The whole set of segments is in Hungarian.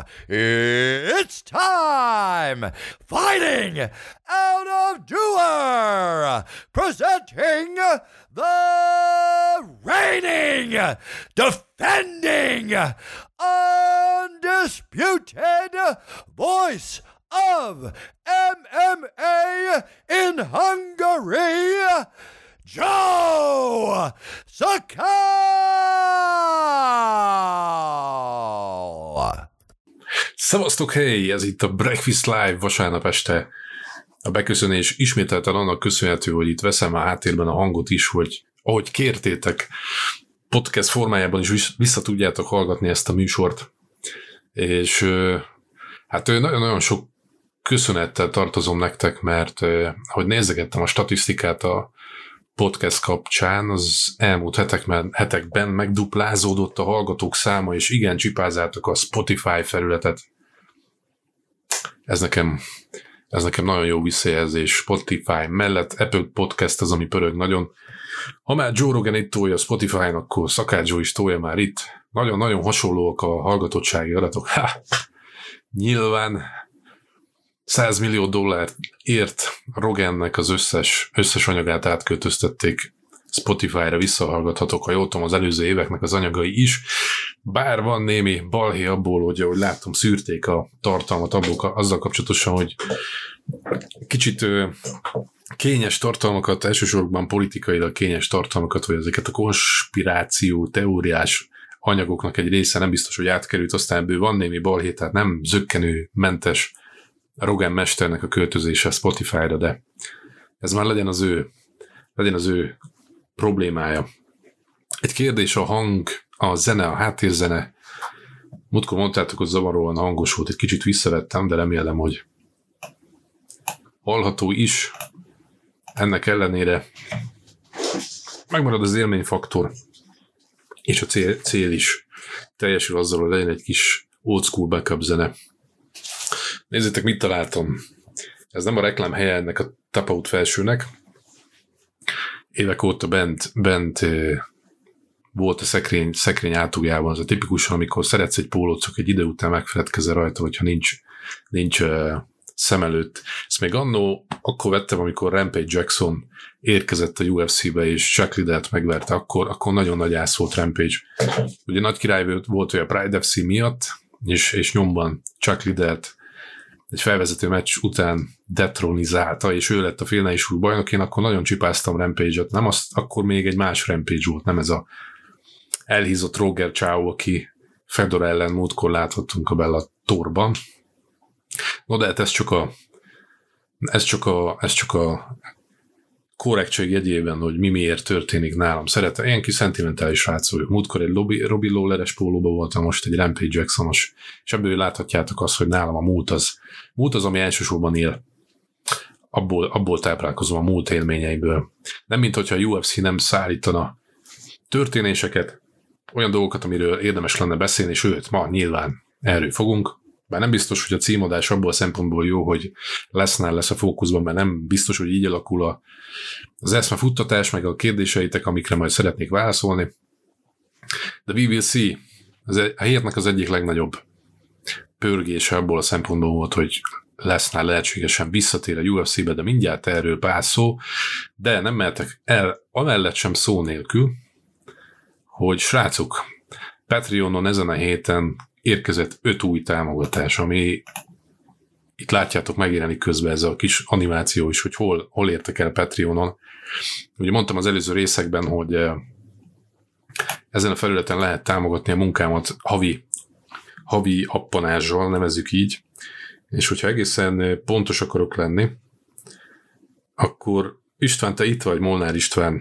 It's time! Fighting out of Doer! Presenting the reigning, defending, undisputed voice of MMA in Hungary, Joe Sakal! Szevasztok, hey! Ez itt a Breakfast Live vasárnap este. A beköszönés ismételten annak köszönhető, hogy itt veszem a háttérben a hangot is, hogy ahogy kértétek, podcast formájában is vissza tudjátok hallgatni ezt a műsort. És hát nagyon-nagyon sok köszönettel tartozom nektek, mert hogy nézegettem a statisztikát a podcast kapcsán, az elmúlt hetekben megduplázódott a hallgatók száma, és igen, csipázáltak a Spotify felületet. Ez nekem nagyon jó visszajelzés. Spotify mellett Apple Podcast az, ami pörög nagyon. Ha már Joe Rogan itt tolja a Spotify-n, akkor Szakács Joe is tolja már itt. Nagyon-nagyon hasonlóak a hallgatottsági adatok. Nyilván $100 millió ért Rogannek az összes anyagát átköltöztették Spotify-ra, visszahallgathatok, ha jól tudom, az előző éveknek az anyagai is, bár van némi balhé abból, hogy ahogy láttam, szűrték a tartalmat azzal kapcsolatosan, hogy kicsit kényes tartalmakat, elsősorban politikailag kényes tartalmakat, vagy ezeket a konspiráció, teóriás anyagoknak egy része nem biztos, hogy átkerült, aztán ebből van némi balhé, tehát nem zökkenőmentes Rogan mesternek a költözése Spotify-ra, de ez már legyen az ő problémája. Egy kérdés: a hang, a zene, a háttérzene. Múltkor mondtátok, hogy zavaróan hangos volt, egy kicsit visszavettem, de remélem, hogy hallható is. Ennek ellenére megmarad az élményfaktor, és a cél is teljesül azzal, hogy legyen egy kis old school backup zene. Nézzétek, mit találtam. Ez nem a reklám helye ennek a Tapout felsőnek. Évek óta bent volt a szekrény átugjában. Ez a tipikusan, amikor szeretsz egy pólót, csak egy idő után megfeledkezel rajta, hogyha nincs szem előtt. Ezt még annó akkor vettem, amikor Rampage Jackson érkezett a UFC-be, és Chuck Liddell-t megverte, akkor nagyon nagy ász volt Rampage. Ugye nagy király volt, hogy a Pride FC miatt, és nyomban Chuck Liddell-t egy felvezető meccs után detronizálta, és ő lett a Phil Nash új bajnok. Én akkor nagyon csipáztam Rampage-et. Nem akkor még egy más Rampage volt, nem ez a elhízott Roger Chao, aki Fedor ellen múltkor láthattunk a Bellatorban. No, de hát ez csak a korrektség jegyében, hogy miért történik nálam. Szeretem, ilyen kis szentimentális srác vagyok. Múltkor egy Robbie Lawler-es pólóban voltam, most egy Rampage Jackson-os, és ebből láthatjátok azt, hogy nálam a múlt az, ami elsősorban él. Abból táplálkozom, a múlt élményeiből. Nem, mint hogyha a UFC nem szállítana történéseket, olyan dolgokat, amiről érdemes lenne beszélni, sőt, ma nyilván erről fogunk. Bár nem biztos, hogy a címadás abból a szempontból jó, hogy lesz a fókuszban, mert nem biztos, hogy így alakul az eszmefuttatás, meg a kérdéseitek, amikre majd szeretnék válaszolni. De we will see. A hétnek az egyik legnagyobb pörgése abból a szempontból volt, hogy Lesnar lehetségesen visszatér a UFC-be, de mindjárt erről pár szó, de nem mehetek el amellett sem szó nélkül, hogy srácok, Patreonon ezen a héten érkezett 5 új támogatás, ami itt látjátok, megjelenik közben ez a kis animáció is, hogy hol értek el Patreonon. Ugye mondtam az előző részekben, hogy ezen a felületen lehet támogatni a munkámat havi appanással, nevezzük így, és hogyha egészen pontos akarok lenni, akkor István, te itt vagy, Molnár István,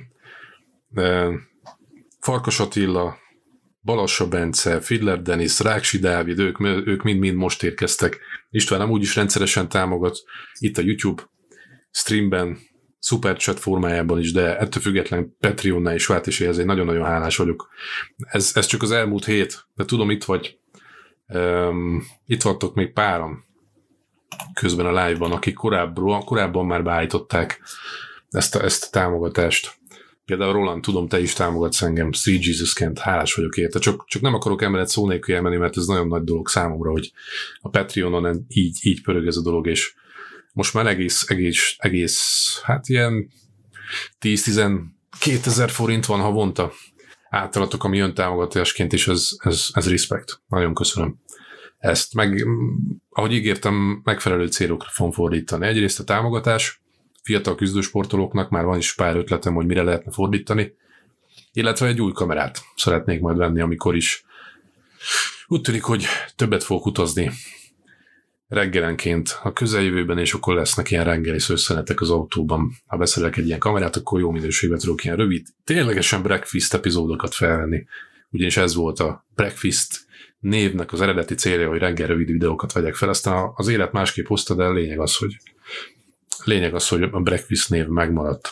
Farkas Attila, Balassa Bence, Fidler Denis, Ráksi Dávid, ők mind-mind most érkeztek. István amúgy is rendszeresen támogat itt a YouTube streamben, Superchat formájában is, de ettől függetlenül Patreonnál is vált, és ezért nagyon-nagyon hálás vagyok. Ez csak az elmúlt hét, de tudom, itt vagy. Itt vagytok még páran közben a live-ban, akik korábban már beállították ezt a támogatást. Például Roland, tudom, te is támogatsz engem, Three Jesus-ként, hálás vagyok érte. Csak nem akarok emellett szó nélkül elmenni, mert ez nagyon nagy dolog számomra, hogy a Patreonon így pörög ez a dolog, és most már egész hát ilyen 10-12 ezer forint van havonta általatok, ami jön támogatásként, és ez respekt. Nagyon köszönöm ezt. Meg, ahogy ígértem, megfelelő célokra fogom fordítani. Egyrészt a támogatás, fiatal küzdősportolóknak már van is pár ötletem, hogy mire lehetne fordítani, illetve egy új kamerát szeretnék majd venni, amikor is úgy tűnik, hogy többet fogok utazni reggelenként a közeljövőben, és akkor lesznek ilyen reggeli szösszenetek az autóban. Ha beszerelek egy ilyen kamerát, akkor jó minőségben tudok ilyen rövid, ténylegesen breakfast epizódokat felvenni. Ugyanis ez volt a breakfast névnek az eredeti célja, hogy reggel rövid videókat vegyek fel. Aztán az élet másképp hozta, de a lényeg az, hogy a breakfast név megmaradt.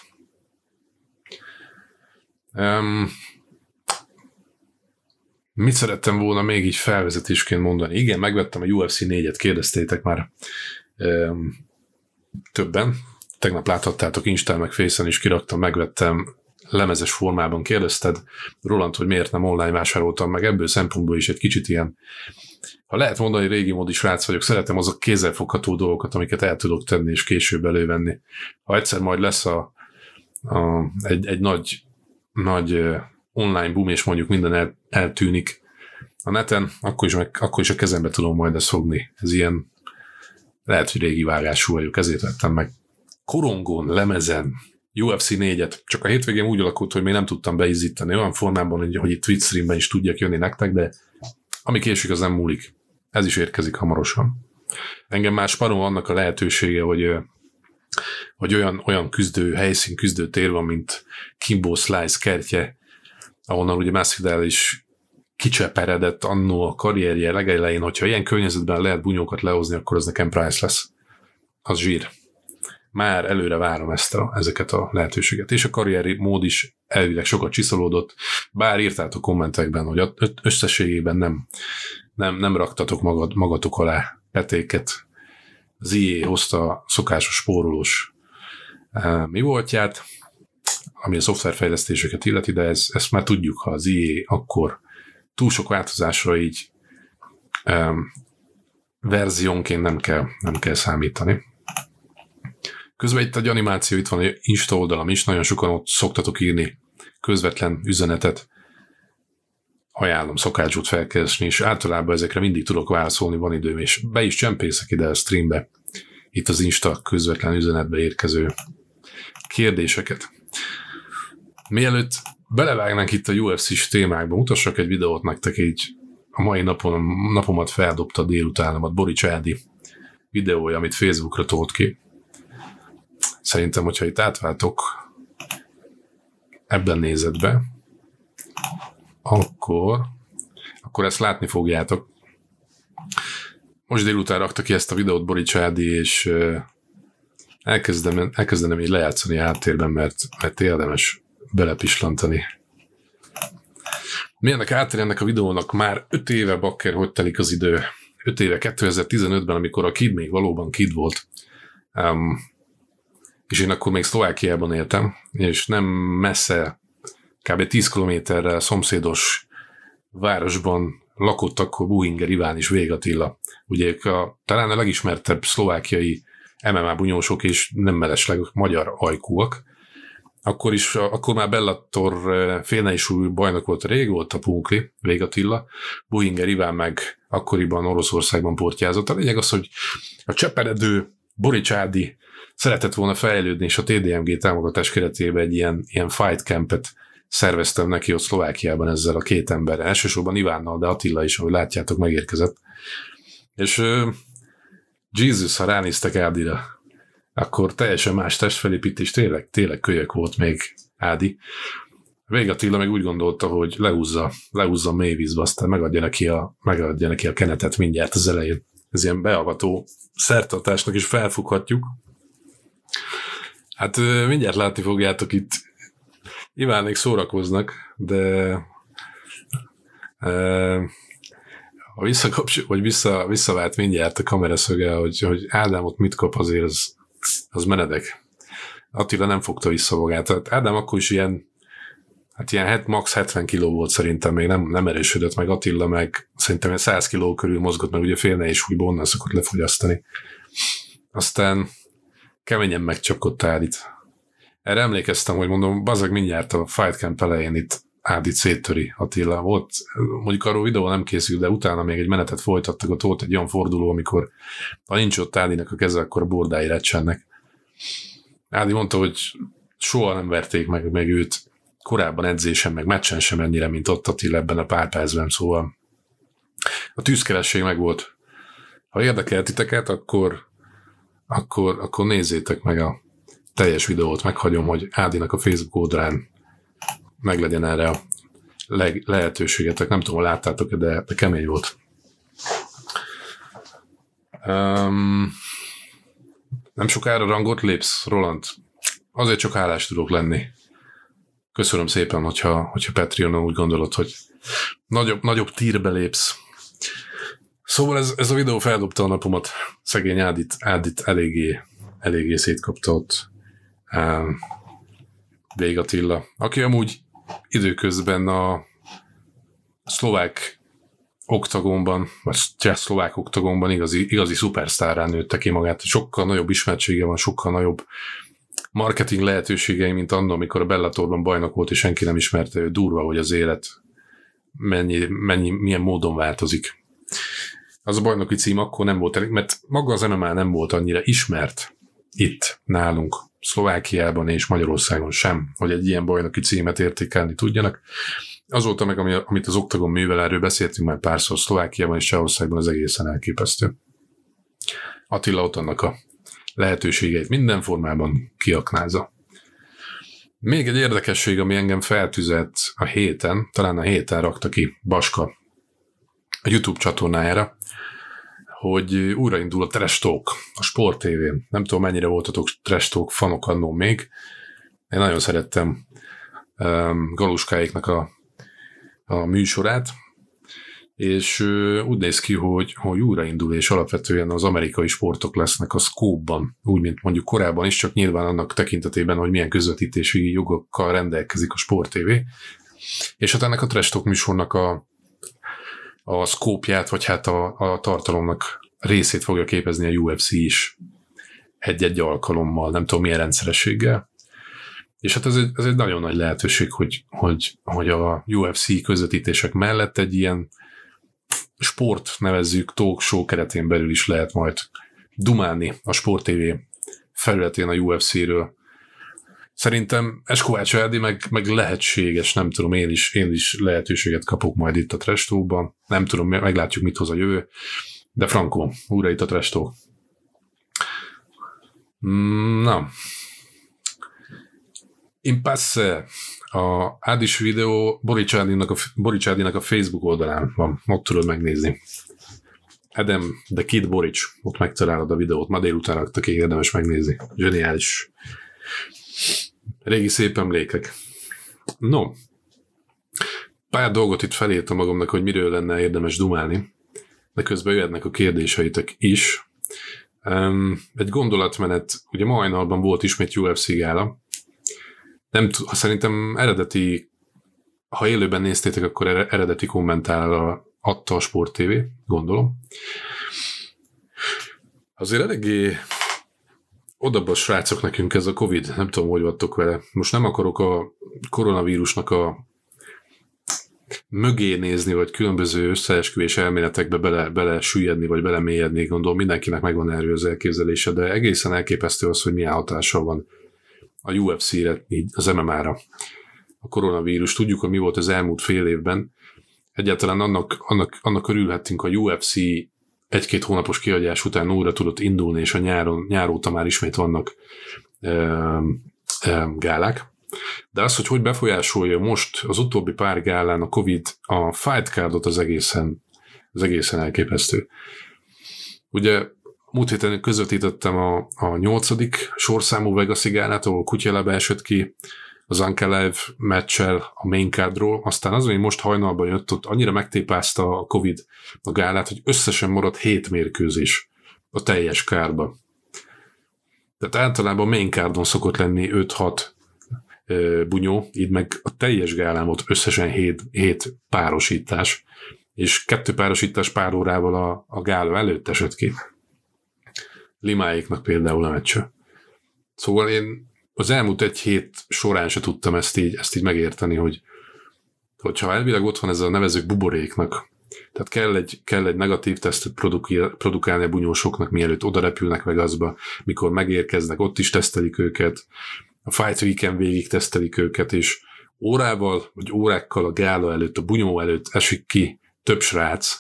Mit szerettem volna még így felvezetésként mondani? Igen, megvettem a UFC 4-et, kérdeztétek már többen. Tegnap láthattátok Instán, meg Face-en is kiraktam, megvettem lemezes formában. Kérdezted, Roland, hogy miért nem online vásároltam, meg ebből szempontból is egy kicsit ilyen, ha lehet mondani, régi módi srác vagyok, szeretem azok kézzelfogható dolgokat, amiket el tudok tenni és később elővenni. Ha egyszer majd lesz egy nagy online boom, és mondjuk minden eltűnik a neten, akkor is a kezembe tudom majd ezt fogni. Ez ilyen, lehet, hogy régi vágású vagyok, ezért vettem meg. Korongon, lemezen, UFC 4-et, csak a hétvégén úgy alakult, hogy még nem tudtam beizzítani olyan formában, hogy itt Twitch streamben is tudjak jönni nektek, de ami késik, az nem múlik. Ez is érkezik hamarosan. Engem már sparom annak a lehetősége, hogy olyan helyszín küzdőtér van, mint Kimbo Slice kertje, ahonnan ugye Masvidal is kicseperedett annó a karrierje legelején, hogyha ilyen környezetben lehet bunyókat lehozni, akkor az nekem price lesz. Az zsír. Már előre várom ezeket a lehetőséget. És a karrieri mód is elvileg sokat csiszolódott, bár írtátok kommentekben, hogy összességében nem raktatok magatok alá petéket. Az IE hozta a szokásos spórolós mi voltját, ami a szoftverfejlesztéseket illeti, de ezt már tudjuk, ha az IE akkor túl sok változásra így verziónként nem kell számítani. Közben itt egy animáció, itt van egy Insta oldalam is, nagyon sokan ott szoktatok írni közvetlen üzenetet, ajánlom Szakácsot felkeresni, és általában ezekre mindig tudok válaszolni, van időm, és be is csempészek ide a streambe, itt az Insta közvetlen üzenetbe érkező kérdéseket. Mielőtt belevágnánk itt a UFC-s témákba, mutassak egy videót nektek, így a mai napomat feldobta délutánomat, Borics Ádi videója, amit Facebookra tolt ki. Szerintem, hogyha itt átváltok ebben nézetbe, akkor ezt látni fogjátok. Most délután rakta ki ezt a videót Borics Ádi, és elkezdenem így lejátszani a háttérben, mert érdemes belepislantani. Milyennek háttér ennek a videónak? Már 5 éve, bakker, hogy telik az idő. 5 éve, 2015-ben, amikor a Kid még valóban Kid volt. És én akkor még Szlovákiában éltem, és nem messze, kb. 10 kilométerrel szomszédos városban lakott akkor Buhinger Iván és Vég Attila. Ugye talán a legismertebb szlovákiai MMA bunyósok, és nem mellesleg magyar ajkúak. Akkor már Bellator félnei súlyú bajnok volt, régóta Punkli, Vég Attila, Buhinger Iván meg akkoriban Oroszországban portyázott. A lényeg az, hogy a cseperedő Borics Ádi szeretett volna fejlődni, és a TDMG támogatás keretében egy ilyen fight campet szerveztem neki ott Szlovákiában ezzel a 2 emberrel. Elsősorban Ivánnal, de Attila is, ahogy látjátok, megérkezett. És Jesus, ha ránéztek Ádira, akkor teljesen más testfelépítés, tényleg kölyök volt még Ádi. Vég Attila meg úgy gondolta, hogy lehúzza a mélyvízbe, aztán megadja neki a kenetet mindjárt az elején. Ez ilyen beavató szertartásnak is felfoghatjuk. Hát mindjárt látni fogjátok itt. Ivánék szórakoznak, de ha visszavált mindjárt a kameraszöge, hogy Ádám ott mit kap, azért az menedek. Attila nem fogta vissza magát. Tehát Ádám akkor is ilyen Hát ilyen max 70 kiló volt szerintem, még nem erősödött meg. Attila meg szerintem 100 kiló körül mozgott, meg ugye fél nehéz súlyból onnan szokott lefogyasztani. Aztán keményen megcsapkodott Ádit. Erre emlékeztem, hogy mondom, bazeg mindjárt a Fight Camp elején itt Ádit széttöri Attila. Volt, mondjuk arról videó nem készült, de utána még egy menetet folytattak, ott volt egy olyan forduló, amikor ha nincs ott Ádinak a keze, akkor a bordái recsennek. Ádi mondta, hogy soha nem verték meg őt korábban edzésen, meg meccsen sem ennyire, mint ott Attila ebben a pár percben, szóval a tűzkeresség meg volt. Ha érdekel titeket, akkor nézzétek meg a teljes videót, meghagyom, hogy Ádinak a Facebook oldalán meglegyen erre a lehetőségetek. Nem tudom, láttátok-e, de kemény volt. Nem sokára rangot lépsz, Roland? Azért csak hálás tudok lenni. Köszönöm szépen, hogyha Patreonon úgy gondolod, hogy nagyobb tírbe lépsz. Szóval ez a videó feldobta a napomat. Szegény Ádit eléggé szétkapta ott Vég Attila, aki amúgy időközben a szlovák oktagonban, vagy szlovák oktagonban igazi szupersztárrá nőtte ki magát. Sokkal nagyobb ismertsége van, sokkal nagyobb marketing lehetőségei, mint annak, amikor a Bellatorban bajnok volt, és senki nem ismerte őt. Durva, hogy az élet milyen módon változik. Az a bajnoki cím akkor nem volt elég, mert maga az MMA nem volt annyira ismert itt nálunk, Szlovákiában és Magyarországon sem, hogy egy ilyen bajnoki címet értékelni tudjanak. Azóta meg, amit az Oktagon művel, erről beszéltünk már párszor, Szlovákiában és Csehországban, az egészen elképesztő. Attila ott annak a lehetőségeit minden formában kiaknázza. Még egy érdekesség, ami engem feltüzelt a héten, talán a héten rakta ki Baska a YouTube csatornájára, hogy újraindul a Trash Talk a Sport TV-n. Nem tudom, mennyire voltatok Trash Talk fanok annó még. Én nagyon szerettem Galuskáéknak a műsorát, és úgy néz ki, hogy újraindul, és alapvetően az amerikai sportok lesznek a Scope-ban, úgy, mint mondjuk korábban is, csak nyilván annak tekintetében, hogy milyen közvetítési jogokkal rendelkezik a Sport TV. És hát ennek a Trash Talk műsornak a szkópját, vagy hát a tartalomnak részét fogja képezni a UFC is egy-egy alkalommal, nem tudom milyen rendszerességgel. És hát ez egy nagyon nagy lehetőség, hogy a UFC közvetítések mellett egy ilyen sport nevezzük talk show keretén belül is lehet majd dumálni a Sport TV felületén a UFC-ről. Szerintem Eskovács Ádi meg lehetséges, nem tudom, én is lehetőséget kapok majd itt a Trash Talkban. Nem tudom, meglátjuk, mit hoz a jövő. De Franco, újra itt a Trash Talk. Na. Impasse. A Ádis videó Borics Ádinak a Facebook oldalán van. Ott tudod megnézni. Adam, the Kid Borics. Ott megtalálod a videót. Ma délután raktak, érdemes megnézni. Zseniális. Régi szép emlékek. No, pár dolgot itt felírtam magamnak, hogy miről lenne érdemes dumálni, de közben jöhetnek a kérdéseitek is. Egy gondolatmenet, ugye ma hajnalban volt ismét UFC gála. Szerintem eredeti, ha élőben néztétek, akkor eredeti kommentárral adta a Sport TV, gondolom. Azért eléggé odabb a srácok nekünk ez a Covid, nem tudom, hogy vagytok vele. Most nem akarok a koronavírusnak a mögé nézni, vagy különböző összeesküvés elméletekbe bele süllyedni, vagy belemélyedni, gondolom mindenkinek megvan erről az elképzelése, de egészen elképesztő az, hogy milyen hatással van a UFC-re, az MMA-ra a koronavírus. Tudjuk, hogy mi volt az elmúlt fél évben. Egyáltalán annak örülhettünk, a UFC egy-két hónapos kiadás után újra tudott indulni, és a nyár óta már ismét vannak gálák. De az, hogy befolyásolja most az utóbbi pár gálán a Covid a fight cardot, az egészen elképesztő. Ugye múlt héten közvetítettem a 8. sorszámú Vegas-i gálát, ahol Kutyelebe esett ki az Ankalaev meccsel a main cardról, aztán az, hogy most hajnalban jött, ott annyira megtépázta a Covid a gálát, hogy összesen maradt 7 mérkőzés a teljes cardba. Tehát általában main cardon szokott lenni 5-6 bunyó, így meg a teljes gálán volt összesen 7 párosítás, és 2 párosítás pár órával a gála előtt esett ki. Limáéknak például a meccse. Szóval én az elmúlt 1 hét során se tudtam ezt így megérteni, hogyha elvileg ott van ez a nevezők buboréknak, tehát kell egy negatív tesztet produkálni a bunyósoknak, mielőtt oda repülnek Vegasba, mikor megérkeznek, ott is tesztelik őket, a Fight Weekend végig tesztelik őket, és órával vagy órákkal a gála előtt, a bunyó előtt esik ki több srác,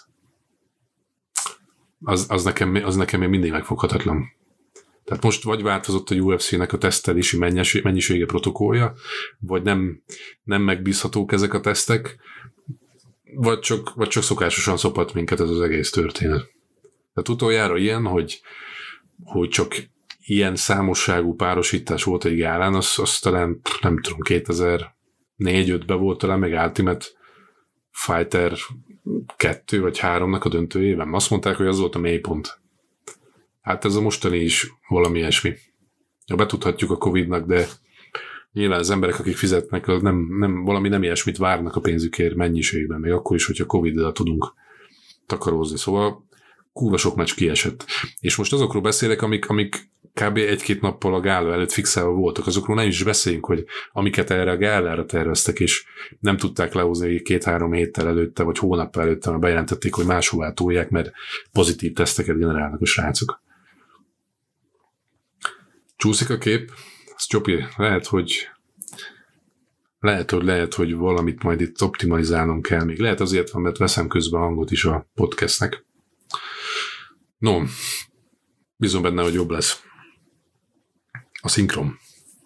az nekem még mindig megfoghatatlan. Tehát most vagy változott a UFC-nek a tesztelési mennyisége protokollja, vagy nem megbízhatók ezek a tesztek, vagy csak szokásosan szopat minket ez az egész történet. Tehát utoljára ilyen, hogy csak ilyen számosságú párosítás volt egy gálán, az talán, nem tudom, 2004-5-ben volt talán, meg Ultimate Fighter 2 vagy 3-nak a döntőjében. Azt mondták, hogy az volt a mélypont. Hát ez a mostani is valami ilyesmi. Betudhatjuk a Covid-nak, de nyilván az emberek, akik fizetnek, az valami nem ilyesmit várnak a pénzükért mennyiségben, még akkor is, hogyha Covid-dal tudunk takarózni. Szóval kurva sok meccs kiesett. És most azokról beszélek, amik kb. 1-2 nappal a gála előtt fixálva voltak. Azokról nem is beszéljünk, hogy amiket erre a gálára terveztek, és nem tudták lehozni 2-3 héttel előtte, vagy hónappal előtte, mert bejelentették, hogy máshová tolják, mert pozitív teszteket generálnak a srácok. Csúszik a kép, az csopi, lehet, hogy valamit majd itt optimalizálnom kell még. Lehet azért van, mert veszem közben a hangot is a podcastnek. No, bízom benne, hogy jobb lesz a szinkron.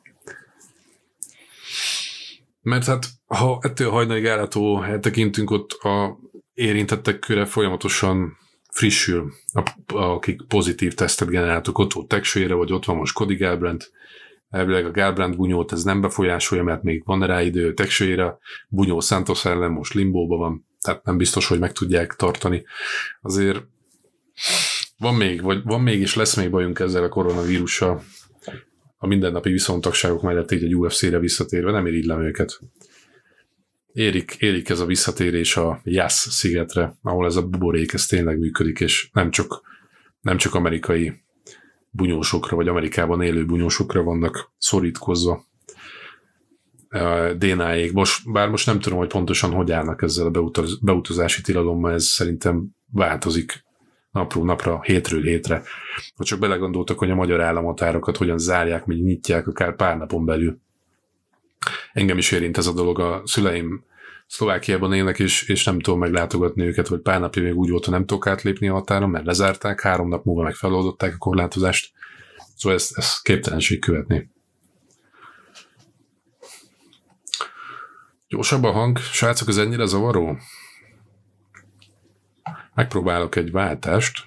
Mert hát, ha ettől a hajnali gálától eltekintünk, ott a érintettek köre folyamatosan frissül, akik pozitív tesztet generáltak. Ott volt Texeira, vagy ott van most Cody Garbrandt. Elvileg a Garbrandt bunyót ez nem befolyásolja, mert még van rá idő. Texeira bunyó Santos ellen most limbóban van, tehát nem biztos, hogy meg tudják tartani. Azért van még és lesz még bajunk ezzel a koronavírussal. A mindennapi viszontagságok mellett így egy UFC-re visszatérve, nem irigylem őket. Érik ez a visszatérés a Yas szigetre, ahol ez a buborék ez tényleg működik, és nem csak amerikai bunyósokra, vagy Amerikában élő bunyósokra vannak szorítkozva DNA-ék. Bár most nem tudom, hogy pontosan hogy állnak ezzel a beutazási tilalommal, ez szerintem változik napról napra, hétről hétre. Ha csak belegondoltak, hogy a magyar államhatárokat hogyan zárják, még nyitják akár pár napon belül. Engem is érint ez a dolog, a szüleim Szlovákiában élnek, és nem tudom meglátogatni őket, vagy pár napja még úgy volt, hogy nem tudok átlépni a határon, mert lezárták, 3 nap múlva meg feloldották a korlátozást. Szóval ezt képtelenség követni. Gyorsabb a hang, srácok, ez ennyire zavaró? Megpróbálok egy váltást.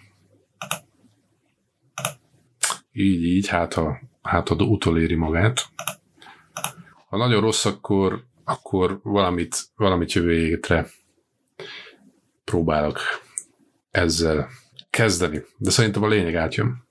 Így, hát ha utoléri magát. Ha nagyon rossz, akkor valamit jövő hétre próbálok ezzel kezdeni. De szerintem a lényeg átjön.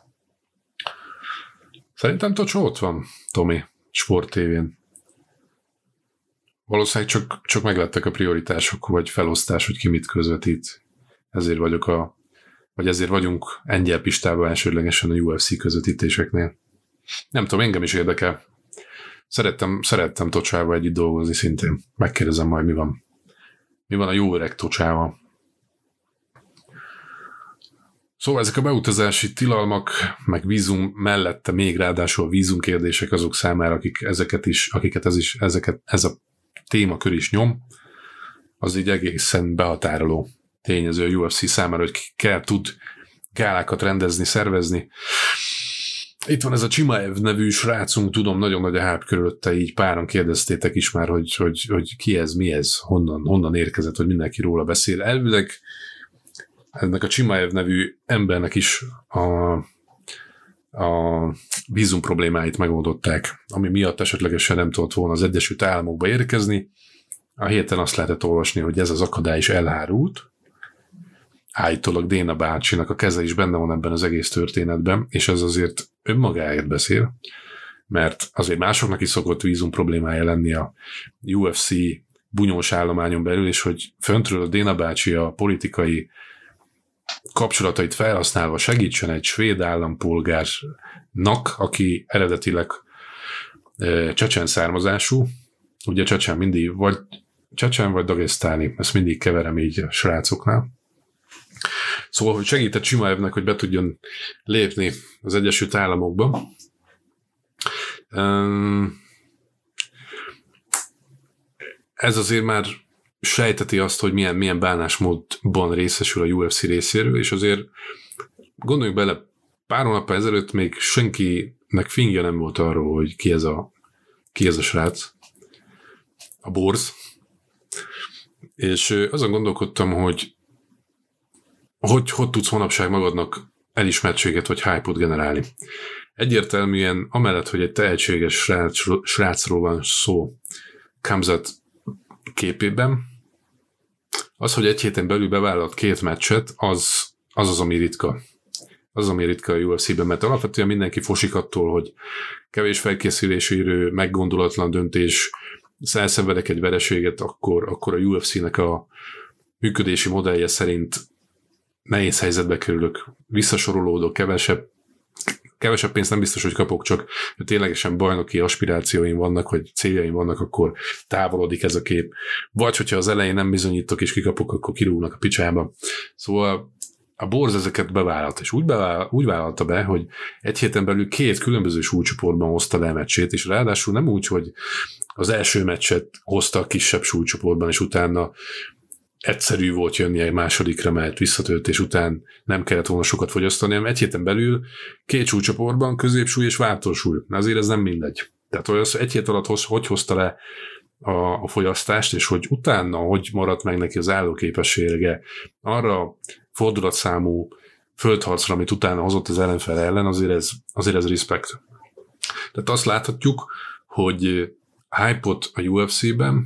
Szerintem Tocsó ott van, Tomi, Sport TV-n. Valószínűleg csak meglettek a prioritások, vagy felosztás, hogy ki mit közvetít. Ezért vagyunk engyel pistában elsődlegesen a UFC közvetítéseknél. Nem tudom, engem is érdekel. Szerettem Tocsával együtt dolgozni szintén. Megkérdezem majd, mi van. Mi van a jó öreg Tocsával. Szóval ezek a beutazási tilalmak, meg vízum mellette még ráadásul vízumkérdések azok számára, akiket ez a témakör is nyom, az így egészen behatároló tényező a UFC számára, hogy tud gálákat rendezni, szervezni. Itt van ez a Chimaev nevű srácunk, tudom, nagyon nagy a hype körülötte, így páran kérdeztétek is már, hogy ki ez, mi ez, honnan érkezett, hogy mindenki róla beszél. Elvileg ennek a Chimaev nevű embernek is a vízum problémáit megoldották, ami miatt esetlegesen nem tudott volna az Egyesült Államokba érkezni. A héten azt lehetett olvasni, hogy ez az akadály is elhárult. Állítólag Déna bácsinak a keze is benne van ebben az egész történetben, és ez azért önmagáért beszél. mert azért másoknak is szokott vízum problémája lenni a UFC bunyós állományon belül, és hogy föntről a Dana bácsi a politikai kapcsolatait felhasználva segítsen egy svéd állampolgárnak, aki eredetileg csecsen származású, ugye csecsen mindig, vagy csecsen vagy dagesztáni, ezt mindig keverem így a srácoknál. Szóval, hogy segített Chimaevnek, hogy be tudjon lépni az Egyesült Államokba. Ez azért már sejteti azt, hogy milyen bánásmódban részesül a UFC részéről, és azért gondoljuk bele, pár hónappal ezelőtt még senkinek fingja nem volt arról, hogy ki ez a srác, a Borz. És azon gondolkodtam, hogy tudsz manapság magadnak elismertséget vagy hype-ot generálni. Egyértelműen amellett, hogy egy tehetséges srácról van szó Khamzat képében, az, hogy egy héten belül bevállalt 2 meccset, az, ami ritka. Az, ami ritka a UFC-ben, mert alapvetően mindenki fosik attól, hogy kevés felkészülési idő, meggondolatlan döntés, elszenvedek egy vereséget, akkor a UFC-nek a működési modellje szerint nehéz helyzetbe kerülök, visszasorolódok, kevesebb pénzt nem biztos, hogy kapok, csak hogy ténylegesen bajnoki aspirációim vannak, vagy céljaim vannak, akkor távolodik ez a kép. Vagy hogyha az elején nem bizonyítok és kikapok, akkor kirúgnak a picsába. Szóval a Borz ezeket bevállalt, és úgy vállalta be, hogy egy héten belül 2 különböző súlycsoportban hozta le a meccsét, és ráadásul nem úgy, hogy az első meccset hozta a kisebb súlycsoportban, és utána egyszerű volt jönni egy másodikra, mert visszatöltés után nem kellett volna sokat fogyasztani, hanem egy héten belül 2 súlycsoportban, középsúly és váltósúly. Azért ez nem mindegy. Tehát az egy hét alatt hogy hozta le a fogyasztást, és hogy utána hogy maradt meg neki az állóképessége arra fordulatszámú földharcra, amit utána hozott az ellenfele ellen, azért ez respekt. Tehát azt láthatjuk, hogy hype-ot a UFC-ben,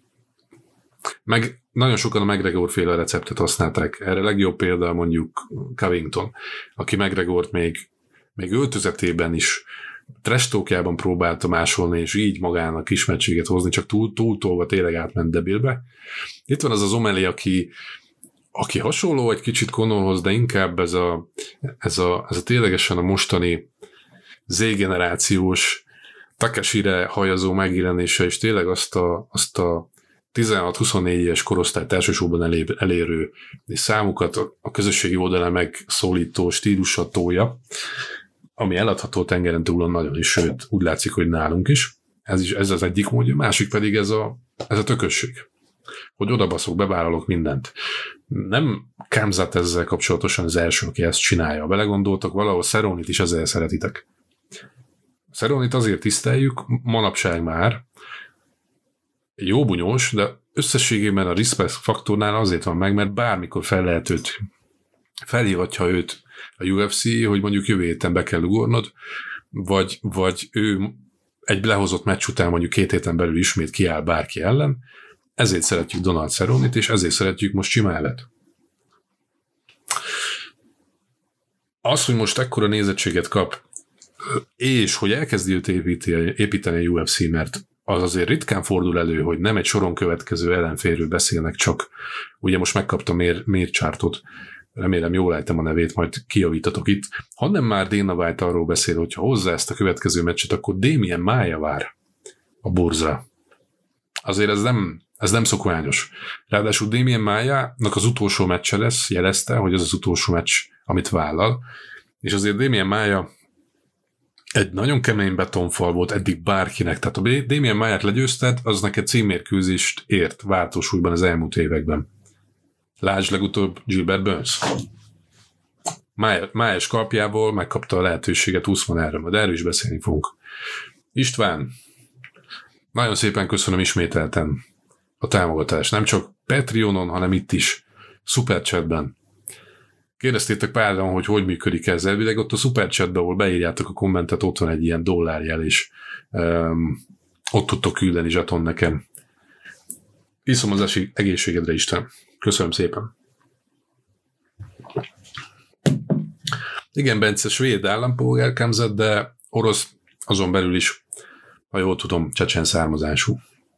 meg nagyon sokan a McGregor-féle receptet használták. Erre legjobb példa mondjuk Covington, aki McGregort még öltözetében is trash-talkjában próbálta másolni, és így magának ismertséget hozni, csak túltolva tényleg átment debilbe. Itt van az O'Malley, aki hasonló egy kicsit Conorhoz, de inkább ez a ténylegesen a mostani Z-generációs Takeshire hajazó megjelenése, és tényleg azt a 16-24 éves korosztályt elsősorban elérő, és számukat a közösségi oldalán megszólító stílussal tolja, ami eladható tengeren túlon nagyon is, sőt, úgy látszik, hogy nálunk is. Ez az egyik módja, másik pedig ez a tökösség. Hogy odabaszok, bevállalok mindent. Nem Khamzat ezzel kapcsolatosan az első, aki ezt csinálja. Belegondoltak, valahol Cerronét is ezzel szeretitek. Cerronét azért tiszteljük, manapság már jó bunyós, de összességében a respect faktornál azért van meg, mert bármikor felhívatja őt a UFC, hogy mondjuk jövő héten be kell ugornod, vagy ő egy lehozott meccs után mondjuk 2 héten belül ismét kiáll bárki ellen. Ezért szeretjük Donald Cerronét, és ezért szeretjük most Chimaevet. Az, hogy most ekkora nézettséget kap, és hogy elkezdi őt építeni a UFC, mert az azért ritkán fordul elő, hogy nem egy soron következő ellenfélről beszélnek, csak ugye most megkapta Meerschaertot, remélem jól ejtem a nevét, majd kijavítatok itt, hanem már Dana White arról beszél, hogy ha hozzá ezt a következő meccset, akkor Demian Maia vár a Borzra. Azért ez nem szokványos. Ráadásul Demian Maia-nak az utolsó meccse lesz, jelezte, hogy ez az utolsó meccs, amit vállal, és azért Demian Maia egy nagyon kemény betonfal volt eddig bárkinek. Tehát a Demian Maia-t legyőzted, az neked címmérkőzést ért váltósúlyban az elmúlt években. Lásd legutóbb Gilbert Burns. Maia skalpjából megkapta a lehetőséget 20 erre, majd erről is beszélni fogunk. István, nagyon szépen köszönöm ismételten a támogatást. Nem csak Patreonon, hanem itt is, Superchatben. Kérdeztétek páran, hogy működik ez. Elvileg ott a Superchatben, ahol beírjátok a kommentet, ott van egy ilyen dollárjel, és ott tudtok küldeni zsaton nekem. Iszom az egészségedre, Isten. Köszönöm szépen. Igen, Bence, svéd állampolgár Khamzat, de orosz azon belül is, ha jól tudom, csecsen származású.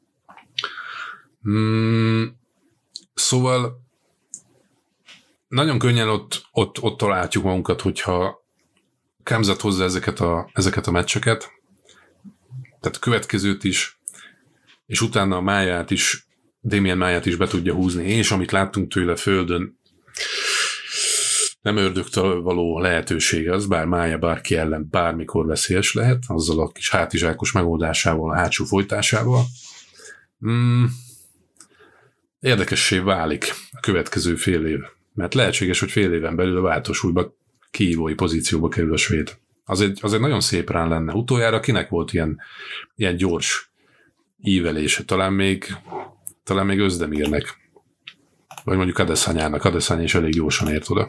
Szóval nagyon könnyen ott találjuk magunkat, hogyha Kemzet hozza ezeket a meccseket, tehát a következőt is, és utána a Máját is, Damien Máját is be tudja húzni, és amit láttunk tőle földön, nem ördögtől való lehetőség az, bár Mája bárki ellen bármikor veszélyes lehet, azzal a kis hátizsákos megoldásával, a hátsó folytásával. Érdekessé válik a következő fél év, mert lehetséges, hogy fél éven belül a váltósúlyba kihívói pozícióba kerül a svéd. Az egy nagyon szép rán lenne. Utoljára kinek volt ilyen gyors ívelése? Talán még Özdemirnek. Vagy mondjuk Adesanyának. Adesanya is elég gyorsan ért oda.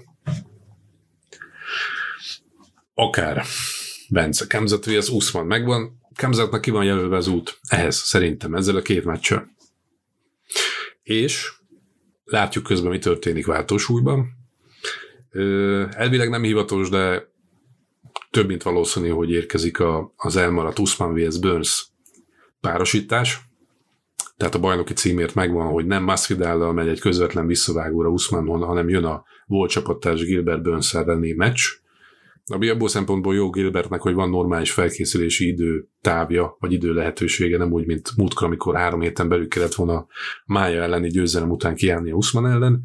Akár Bence, Kemzet vs. Usman megvan. Kemzetnek ki van jelölve az út ehhez, szerintem, ezzel a két meccsel. És látjuk közben, mi történik váltósúlyban. Elvileg nem hivatalos, de több mint valószínű, hogy érkezik az elmaradt Usman vs. Burns párosítás. Tehát a bajnoki címért megvan, hogy nem Masvidallal megy egy közvetlen visszavágóra Usman, hanem jön a volt csapattárs Gilbert Burns elleni meccs. Ami abból szempontból jó Gilbertnek, hogy van normális felkészülési időtávja, vagy idő lehetősége, nem úgy, mint múltkor, amikor 3 héten belül kellett volna Mája elleni győzelem után kiállni a Usman ellen.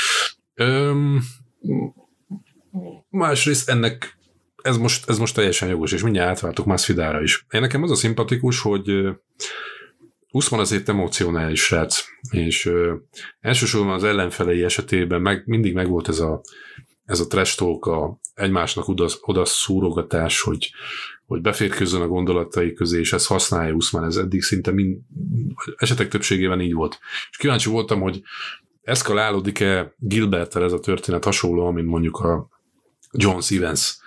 Másrészt ez most teljesen jogos, és mindjárt átváltok Masvidalra is. Nekem az a szimpatikus, hogy Usman azért emocionális srác, és elsősorban az ellenfelei esetében mindig megvolt ez a trash talk, egymásnak oda szúrogatás, hogy beférkőzzön a gondolatai közé, és ezt használja Usman, ez eddig szinte esetek többségében így volt. És kíváncsi voltam, hogy eszkalálódik-e Gilberttel ez a történet hasonlóan, mint mondjuk a John Stevens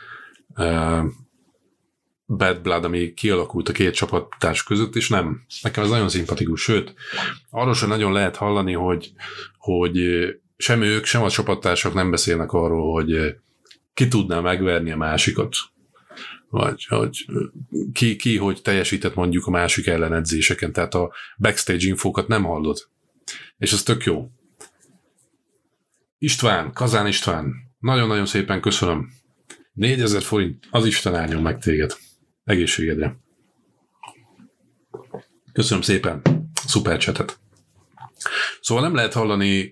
Bad Blood, ami kialakult a két csapattárs között, és nem. Nekem ez nagyon szimpatikus, sőt, arról sem nagyon lehet hallani, hogy sem ők, sem a csapattársak nem beszélnek arról, hogy ki tudná megverni a másikat. Vagy hogy ki hogy teljesített mondjuk a másik ellen edzéseken. Tehát a backstage infókat nem hallod. És ez tök jó. István, Kazán István, nagyon-nagyon szépen köszönöm. 4000 forint, az Isten áldjon meg téged. Egészségedre. Köszönöm szépen szupercsetet. Szóval nem lehet hallani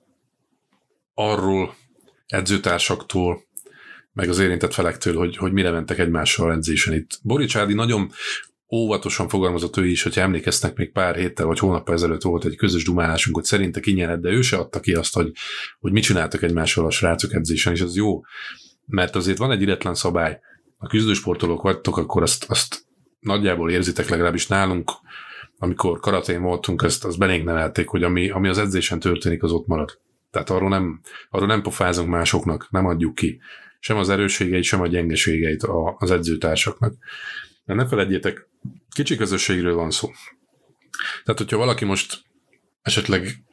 arról edzőtársaktól, meg az érintett felektől, hogy mire mentek egymással edzésen itt. Borics Ádi nagyon óvatosan fogalmazott ő is, hogyha emlékeznek, még pár héttel vagy hónappal ezelőtt volt egy közös dumálásunk, hogy szerinte kinyered, de ő se adta ki azt, hogy mit csináltak egymással a srácok edzésen, és az jó, mert azért van egy íretlen szabály. Ha küzdősportolók vagytok, akkor azt nagyjából érzitek, legalábbis nálunk, amikor karatén voltunk, azt belénk nevelték, hogy ami az edzésen történik, az ott marad. Tehát arról nem pofázunk másoknak, nem adjuk ki. Sem az erősségeit, sem a gyengeségeit az edzőtársaknak. De ne feledjétek, kicsi közösségről van szó. Tehát, hogyha valaki most esetleg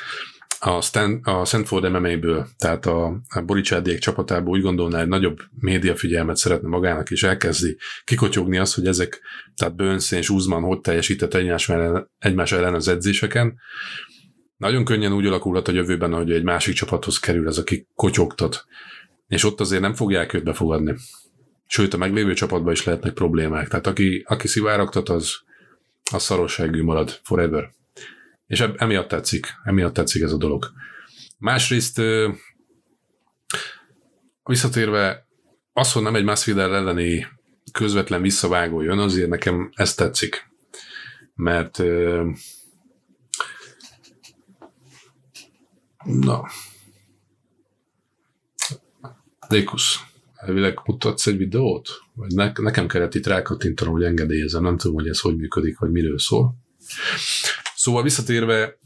a Stanford MMA-ből, tehát a Boricsádiék csapatából úgy gondolná, hogy nagyobb médiafigyelmet szeretne magának, és elkezdi kikotyogni azt, hogy ezek, tehát Burns és Usman hogy teljesített egymás ellen az edzéseken, nagyon könnyen úgy alakulhat a jövőben, hogy egy másik csapathoz kerül ez, aki kotyogtat, és ott azért nem fogják őt befogadni. Sőt, a meglévő csapatban is lehetnek problémák. Tehát aki szivárogtat, az szarosságű marad forever. És emiatt tetszik ez a dolog. Másrészt visszatérve, az, hogy nem egy Masvidal elleni közvetlen visszavágó jön, azért nekem ez tetszik. Mert Dékusz, elvileg mutatsz egy videót? Vagy nekem kellett itt rákattintanom, hogy engedélyezem, nem tudom, hogy ez hogy működik, vagy miről szól. Szóval visszatérve,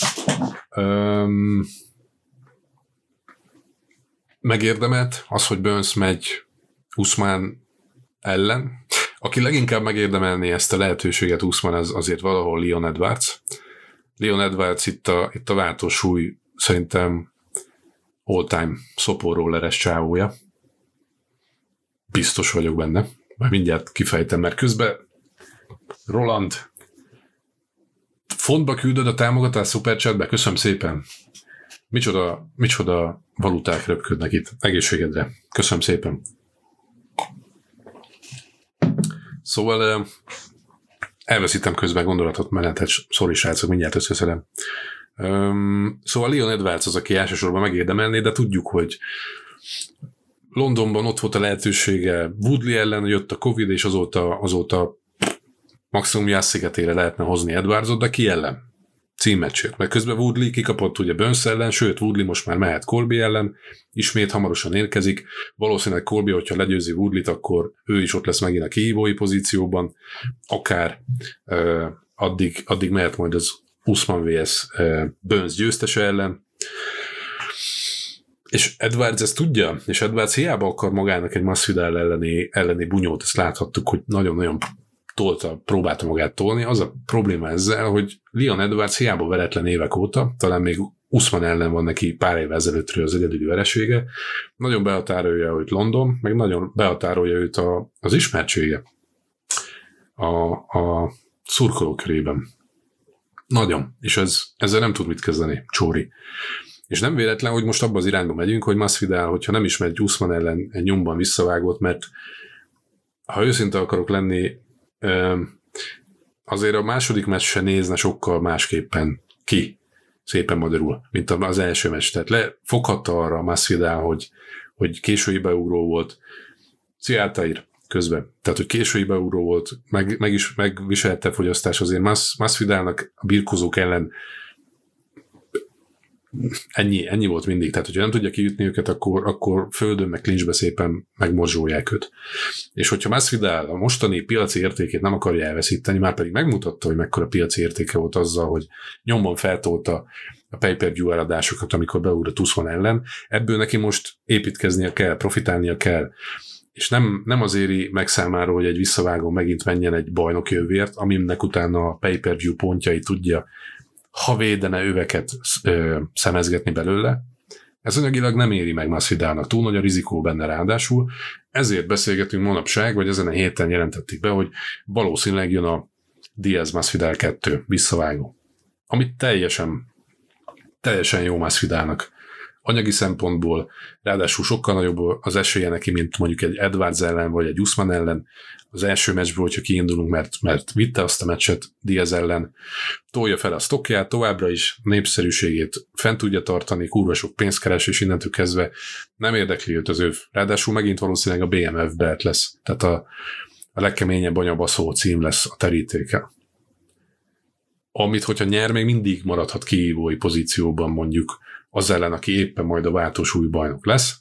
megérdemelt az, hogy Burns megy Usman ellen. Aki leginkább megérdemelné ezt a lehetőséget Usman, az azért valahol Leon Edwards. Leon Edwards itt a váltósúly szerintem all-time szoporrolleres csávója. Biztos vagyok benne. Majd mindjárt kifejtem, mert közben Roland, fontba küldöd a támogatás szuperchatbe? Köszönöm szépen. Micsoda valuták röpködnek itt. Egészségedre. Köszönöm szépen. Szóval elveszítem közben gondolatot menet, sorry srácok, mindjárt összeszedem. Szóval Leon Edwards az, aki elsősorban megérdemelné, de tudjuk, hogy Londonban ott volt a lehetősége Woodley ellen, jött a Covid, és azóta maximum Jász-szigetére lehetne hozni Edwardsot, de ki ellen? Címmeccsért. Mert közben Woodley kikapott ugye Burns ellen, sőt Woodley most már mehet Colby ellen, ismét hamarosan érkezik. Valószínűleg Colby, hogyha legyőzi Woodleyt, akkor ő is ott lesz megint a kihívói pozícióban, akár addig mehet majd az Usman vs. Burns győztese ellen. És Edwards ezt tudja, és Edwards hiába akar magának egy Masvidal elleni bunyót, ezt láthattuk, hogy nagyon-nagyon próbálta magát tolni. Az a probléma ezzel, hogy Leon Edwards hiába veretlen évek óta, talán még Usman ellen van neki pár évvel ezelőttről az egyedüli veresége, nagyon behatárolja őt London, meg nagyon behatárolja őt az ismertsége a szurkoló körében. Nagyon. És ezzel nem tud mit kezdeni Csóri. És nem véletlen, hogy most abban az irányba megyünk, hogy Masvidal, hogyha nem is megy Usman ellen egy nyomban visszavágott, mert ha őszinte akarok lenni, azért a második meccs se nézne sokkal másképpen ki, szépen magyarul, mint az első meccs. Tehát lefoghatta arra Masvidal, hogy késői beugró volt. Szia Altair közben. Tehát, hogy késői beugró volt, megviselte fogyasztás, azért Masvidalnak a birkózók ellen ennyi volt mindig. Tehát, hogyha nem tudja kiütni őket, akkor földön meg clinchbe szépen megmorzsolják őt. És hogyha Masvidal a mostani piaci értékét nem akarja elveszíteni, már pedig megmutatta, hogy mekkora piaci értéke volt azzal, hogy nyomban feltolta a pay-per-view eladásokat, amikor beugrott Usman ellen, ebből neki most építkeznie kell, profitálnia kell. És nem az éri meg számára, hogy egy visszavágó megint menjen egy bajnoki övért, aminek utána a pay-per-view pontjai tudja, ha védene öveket szemezgetni belőle. Ez anyagilag nem éri meg Masvidalnak, túl nagy a rizikó benne ráadásul. Ezért beszélgetünk manapság, vagy ezen a héten jelentették be, hogy valószínűleg jön a Diaz-Masvidal 2 visszavágó. Amit teljesen jó Masvidalnak. Anyagi szempontból, ráadásul sokkal nagyobb az esélye neki, mint mondjuk egy Edwards ellen, vagy egy Usman ellen. Az első meccsből, hogyha kiindulunk, mert vitte azt a meccset Diaz ellen, tolja fel a sztokját, továbbra is népszerűségét fent tudja tartani, kurva sok pénzt keres, és innentől kezdve nem érdekli őt az öv. Ráadásul megint valószínűleg a BMF belt lesz, tehát a legkeményebb anyabaszó cím lesz a terítéke. Amit, hogyha nyer, még mindig maradhat kihívói pozícióban mondjuk az ellen, aki éppen majd a váltós új bajnok lesz.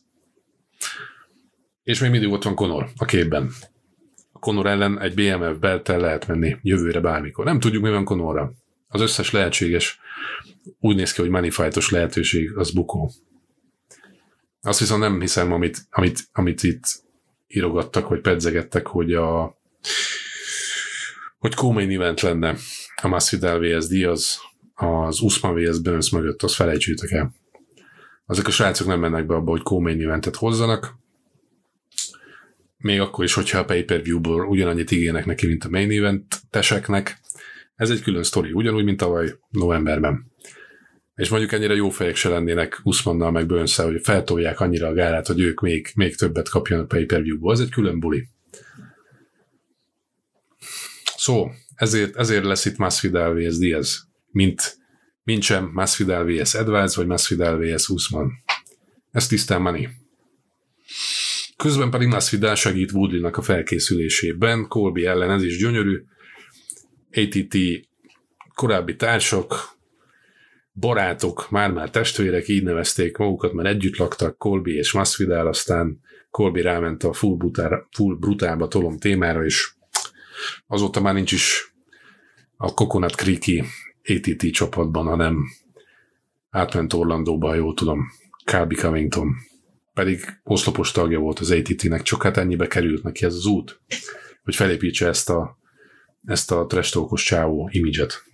És még mindig ott van Conor a képben. A Conor ellen egy BMF belttel lehet menni jövőre bármikor. Nem tudjuk, mi van Conorra. Az összes lehetséges, úgy néz ki, hogy money fight-os lehetőség, az bukó. Azt viszont nem hiszem, amit itt írogattak, vagy pedzegettek, hogy co-main event lenne a Masvidal vs. Diaz, az Usman vs. Burns mögött, azt felejtsétek el. Azok a srácok nem mennek be abba, hogy co-main eventet hozzanak, még akkor is, hogyha a pay-per-view-ból ugyanannyit ígérnek neki, mint a main event-teseknek. Ez egy külön sztori, ugyanúgy, mint tavaly novemberben. És mondjuk ennyire jó fejek se lennének Usmannal meg Burns-szel, hogy feltolják annyira a gálát, hogy ők még többet kapjanak pay-per-view-ból. Ez egy külön buli. Ezért lesz itt Masvidal vs. Diaz, mint sem Masvidal vs. Edwards, vagy Masvidal vs. Usman. Ez tisztán money. Közben pedig Masvidal segít Woodley-nak a felkészülésében, Colby ellen ez is gyönyörű. ATT korábbi társak, barátok, már testvérek, így nevezték magukat, mert együtt laktak Colby és Masvidal, aztán Colby ráment a full brutálba tolom témára, és azóta már nincs is a Coconut Creek-i ATT csapatban, hanem átment Orlandóba, ha jól tudom, Colby Covington. Pedig oszlopos tagja volt az ATT-nek, csak hát ennyibe került neki ez az út, hogy felépítse ezt a trash talkos csávó imidzset.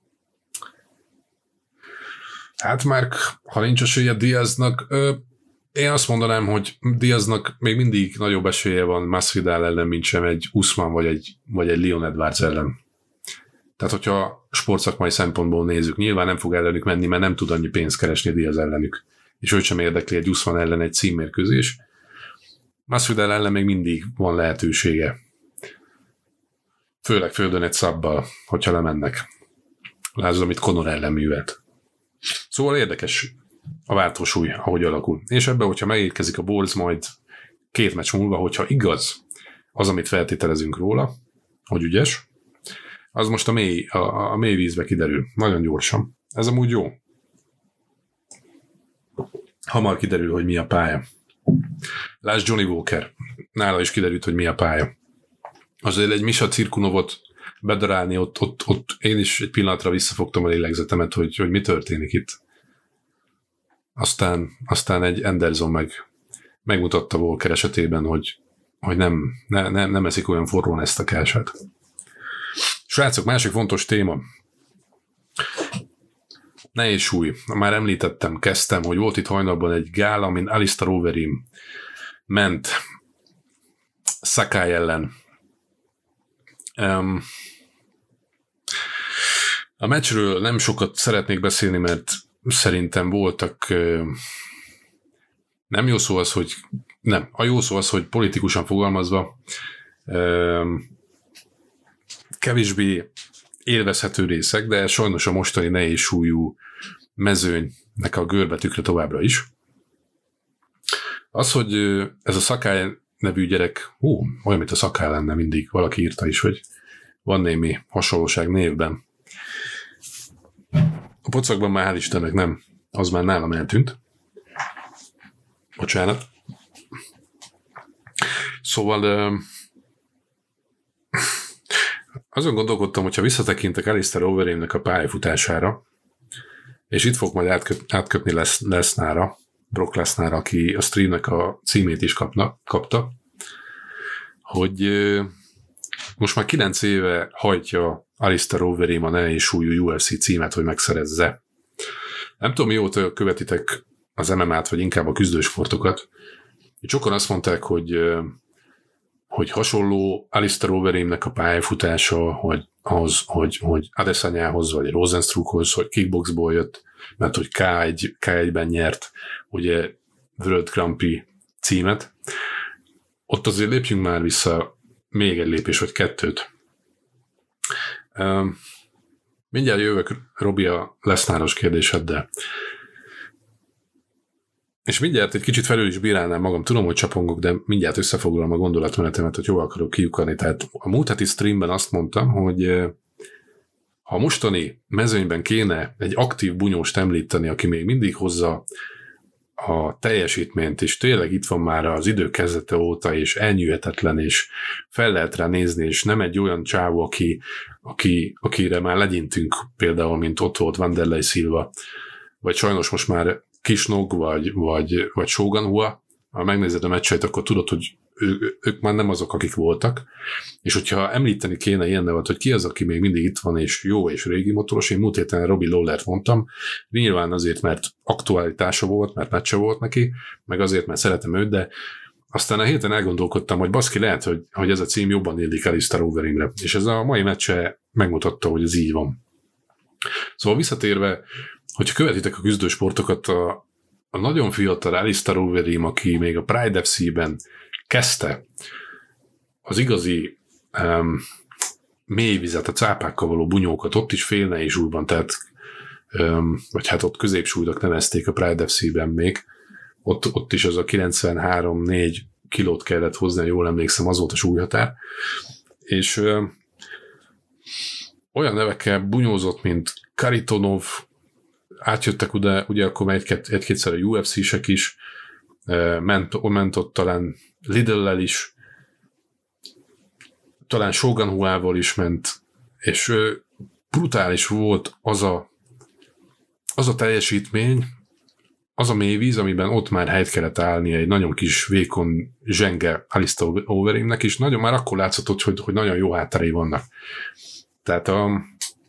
Hát már, ha nincs esélye Diaznak, Én azt mondanám, hogy Diaznak még mindig nagyobb esélye van Masvidal ellen, mint sem egy Usman vagy egy Leon Edwards ellen. Tehát, hogyha sportszakmai szempontból nézzük, nyilván nem fog ellenük menni, mert nem tud annyi pénzt keresni Diaz ellenük. És őt sem érdekli egy Usman ellen egy címmérkőzés. Masvidal ellen még mindig van lehetősége. Főleg földön egy szabbal, hogyha lemennek. Lásd, amit Conor ellen művelt. Szóval érdekes a váltósúly, ahogy alakul. És ebben, hogyha megérkezik a Bulls majd 2 meccs múlva, hogyha igaz az, amit feltételezünk róla, hogy ügyes, az most a mély vízbe kiderül. Nagyon gyorsan. Ez amúgy jó. Hamar kiderül, hogy mi a pálya. Lásd Johnny Walker. Nála is kiderült, hogy mi a pálya. Azért egy Misha Cirkunovot bedarálni, ott én is egy pillanatra visszafogtam a lélegzetemet, hogy mi történik itt. Aztán egy Anderson megmutatta Walker esetében, hogy nem eszik olyan forrón ezt a kását. Srácok, másik fontos téma. Nehéz súly. Már említettem, kezdtem, hogy volt itt hajnalban egy gála, amin Alistair Overeem ment Sakai ellen. A meccsről nem sokat szeretnék beszélni, mert szerintem voltak nem jó szó az, hogy nem. A jó szó az, hogy politikusan fogalmazva kevésbé élvezhető részek, de sajnos a mostani nehéz súlyú mezőnynek a görbetükre továbbra is. Az, hogy ez a Sakai nevű gyerek, olyan, mint a Sakai lenne mindig, valaki írta is, hogy van némi hasonlóság névben. A pocakban már hál' Istennek nem, az már nálam eltűnt. Bocsánat. Szóval azon gondolkodtam, hogyha visszatekintek Alistair Overeemnek a pályafutására, és itt fog majd átkötni Lesnarra, Brock Lesnarra, aki a streamnek a címét is kapta, hogy most már 9 éve hajtja Alistair Overeem a nehéz súlyú UFC címet, hogy megszerezze. Nem tudom, mióta követitek az MMA-t, vagy inkább a küzdősportokat. Sokan azt mondták, hogy hasonló Alistair Overeemnek a pályafutása, hogy Adesanyához, vagy Rosenstruckhoz, hogy kickboxból jött, mert hogy K1-ben nyert ugye World Grand Prix címet. Ott azért lépjünk már vissza még egy lépés, vagy 2. Mindjárt jövök, Robi, a Lesnaros kérdéseddel. És mindjárt egy kicsit felül is bírálnám magam. Tudom, hogy csapongok, de mindjárt összefoglalom a gondolatmenetemet, hogy jól akarok kiukadni. Tehát a múlt heti streamben azt mondtam, hogy ha mostani mezőnyben kéne egy aktív bunyóst említeni, aki még mindig hozza a teljesítményt, és tényleg itt van már az idő kezdete óta, és elnyűhetetlen, és fel lehet rá nézni, és nem egy olyan csávó, akire már legyintünk, például, mint ott volt Wanderlei Silva, vagy sajnos most már Kisnog, vagy Shogun Rua. Ha megnézed a meccseit, akkor tudod, hogy ők már nem azok, akik voltak. És hogyha említeni kéne ilyen nevet, hogy ki az, aki még mindig itt van, és jó és régi motoros, én múlt héten Robbie Lawlert mondtam, nyilván azért, mert aktualitása volt, mert meccse volt neki, meg azért, mert szeretem őt, de aztán a héten elgondolkodtam, hogy baszki, lehet, hogy ez a cím jobban illik Alistair Overeemre. És ez a mai meccse megmutatta, hogy ez így van. Szóval visszatérve, hogyha követitek a küzdősportokat, a nagyon fiatal Alistair Overeem, aki még a Pride FC-ben kezdte az igazi mélyvizet, a cápákkal való bunyókat, ott is fél nehéz súlyban, tehát vagy hát ott középsúlynak nevezték a Pride FC-ben még, ott is az a 93-4 kilót kellett hozni, jól emlékszem, az volt a súlyhatár, és olyan nevekkel bunyózott, mint Karitonov, átjöttek ugye akkor már egy-kétszer a UFC-sek is, ment ott talán Lidl-lel is, talán Shogun Ruával is ment, és brutális volt az a teljesítmény, az a mélyvíz, amiben ott már helyt kellett állni egy nagyon kis, vékony, zsenge Alistair Overeemnek, és nagyon már akkor látszott, hogy nagyon jó hátterei vannak. Tehát a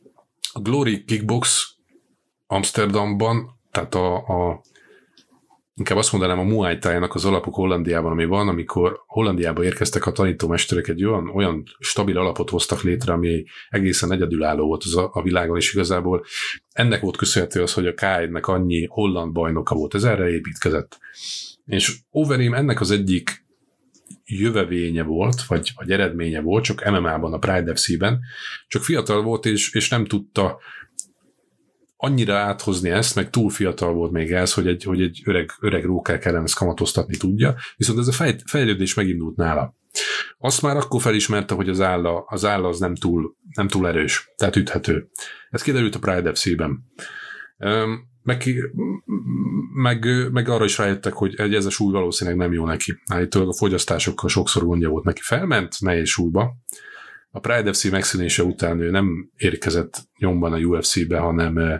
Glory Kickbox Amsterdamban, tehát a inkább azt mondanám a Muay Thai-nak az alapok Hollandiában, ami van, amikor Hollandiába érkeztek a tanítómesterek, egy olyan stabil alapot hoztak létre, ami egészen egyedülálló volt a világon, és igazából ennek volt köszönhető az, hogy a K1-nek annyi holland bajnoka volt, ez erre építkezett. És Overeem ennek az egyik jövevénye volt, vagy eredménye volt, csak MMA-ban, a Pride FC-ben, csak fiatal volt, és nem tudta annyira áthozni ezt, meg túl fiatal volt még ez, hogy egy öreg rókák ellen ezt kamatoztatni tudja, viszont ez a fejlődés megindult nála. Azt már akkor felismerte, hogy az álla az nem túl erős, tehát üthető. Ez kiderült a Pride FC-ben. Meg arra is rájöttek, hogy ez a súly valószínűleg nem jó neki. Állítólag a fogyasztásokkal sokszor gondja volt neki. Felment nehéz súlyba. A Pride FC megszűnése után ő nem érkezett nyomban a UFC-be, hanem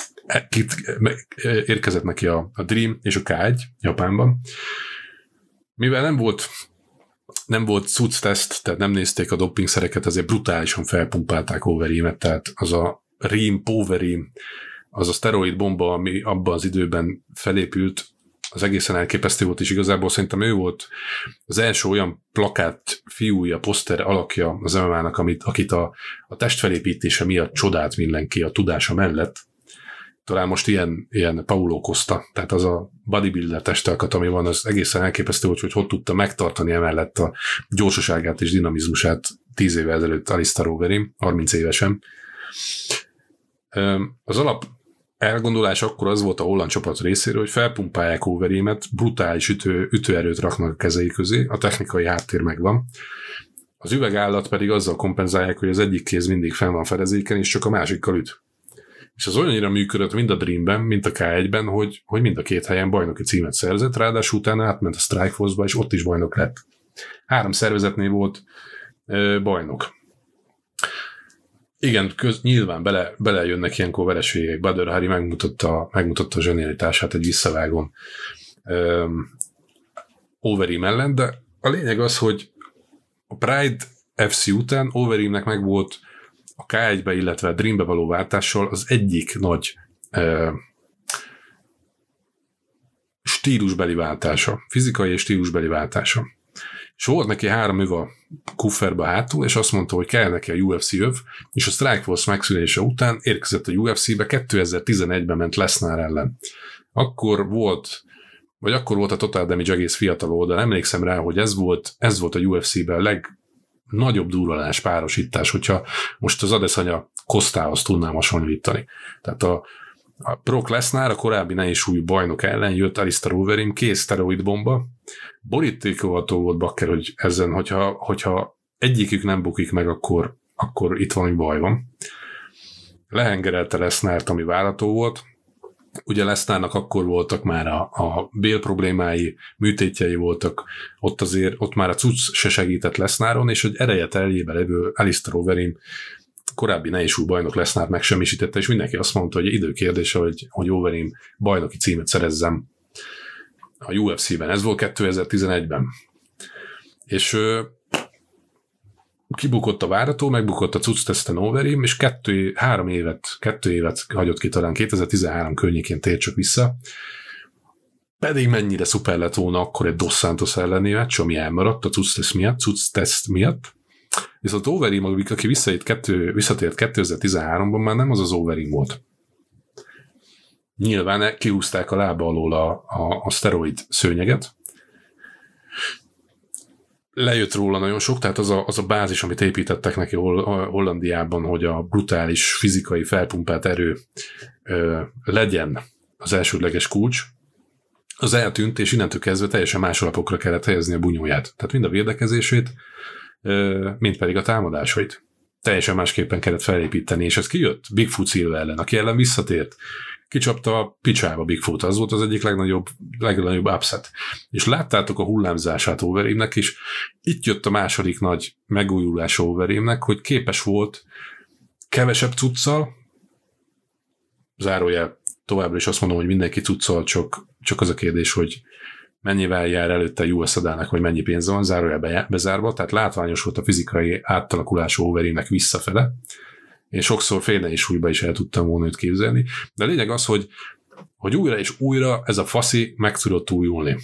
érkezett neki a Dream és a K1 Japánban. Mivel nem volt cucc teszt, tehát nem nézték a dopingszereket, azért brutálisan felpumpálták Overeemet, tehát az a Reem, Povereem, az a szteroid bomba, ami abban az időben felépült, az egészen elképesztő volt, és igazából szerintem ő volt az első olyan plakát fiúja, poszter alakja az MMA-nak, akit a testfelépítése miatt csodált mindenki a tudása mellett. Talán most ilyen Paulo Costa, tehát az a bodybuilder testalkat, ami van, az egészen elképesztő volt, hogy tudta megtartani emellett a gyorsaságát és dinamizmusát 10 évvel ezelőtt Alistair Overeem, 30 évesen. Az alap elgondolás akkor az volt a holland csapat részéről, hogy felpumpálják Overeemet, brutális ütőerőt raknak a kezei közé, a technikai háttér megvan. Az üvegállat pedig azzal kompenzálják, hogy az egyik kéz mindig fenn van fedezéken, és csak a másikkal üt. És az olyannyira működött mind a Dreamben, mint a K1-ben, hogy mind a két helyen bajnoki címet szerzett, ráadásul utána átment a Strikeforce-ba, és ott is bajnok lett. 3 szervezetnél volt bajnok. Igen, nyilván belejönnek ilyenkor vereségek. Badr Hari megmutatta a zsenialitását egy visszavágón Overeem ellen, de a lényeg az, hogy a Pride FC után Overeemnek meg volt a K1-be, illetve a Dreambe való váltással az egyik nagy stílusbeli váltása, fizikai és stílusbeli váltása. És volt neki 3 öv a kufferbe hátul, és azt mondta, hogy kell neki a UFC öv, és a Strikeforce megszűnése után érkezett a UFC-be, 2011-ben ment Lesnar ellen. Akkor volt a Total Damage egész fiatal oldal, emlékszem rá, hogy ez volt a UFC-ben a legnagyobb durralás párosítás, hogyha most az Adesanya Costához tudnám hasonlítani. Tehát a Brock Lesnar, a korábbi nehéz súlyú bajnok ellen jött Alistair Overeem, 2 szteroidbomba, borítékolható volt bakker, hogy ezen, hogyha egyikük nem bukik meg, akkor itt valami baj van. Lehengerelte Lesnart, ami várható volt. Ugye Lesnarnak akkor voltak már a bél problémái, műtétjei voltak, ott már a cucc se segített Lesnaron, és hogy ereje teljében levő Alistair Overeem korábbi nehézsúly bajnok Lesnart megsemmisítette, és mindenki azt mondta, hogy időkérdése, hogy Overeem bajnoki címet szerezzem a UFC-ben. Ez volt 2011-ben. És kibukott a várató, megbukott a cucc-teszten Overeem, és 2 évet hagyott ki, talán 2013 környékén tért csak vissza. Pedig mennyire szuper lett volna akkor egy Dos Santos elleni meccs, ami elmaradt a cucc-teszt miatt. Viszont Overeem, aki visszatért 2013-ban, már nem az Overeem volt. Nyilván kihúzták a lába alól a szteroid szőnyeget. Lejött róla nagyon sok, tehát az a bázis, amit építettek neki Hollandiában, hogy a brutális fizikai felpumpált erő legyen az elsődleges kulcs, az eltűnt, és innentől kezdve teljesen más alapokra kellett helyezni a bunyóját. Tehát mind a védekezését, mind pedig a támadásait. Teljesen másképpen kellett felépíteni, és ez kijött Bigfoot Silva ellen, aki ellen visszatért. Kicsapta a picsába Bigfoot, az volt az egyik legnagyobb upset. És láttátok a hullámzását Overeemnek, és itt jött a második nagy megújulás Overeemnek, hogy képes volt kevesebb cuccal, zárójel továbbra is azt mondom, hogy mindenki cuccal, csak az a kérdés, hogy mennyivel jár előtte a USADA-nak, vagy mennyi pénze van, zárójel bezárva, tehát látványos volt a fizikai átalakulás Overeemnek visszafele, és sokszor félnehéz súlyba is el tudtam volna őt képzelni. De a lényeg az, hogy hogy újra és újra ez a faszi meg tudott újulni.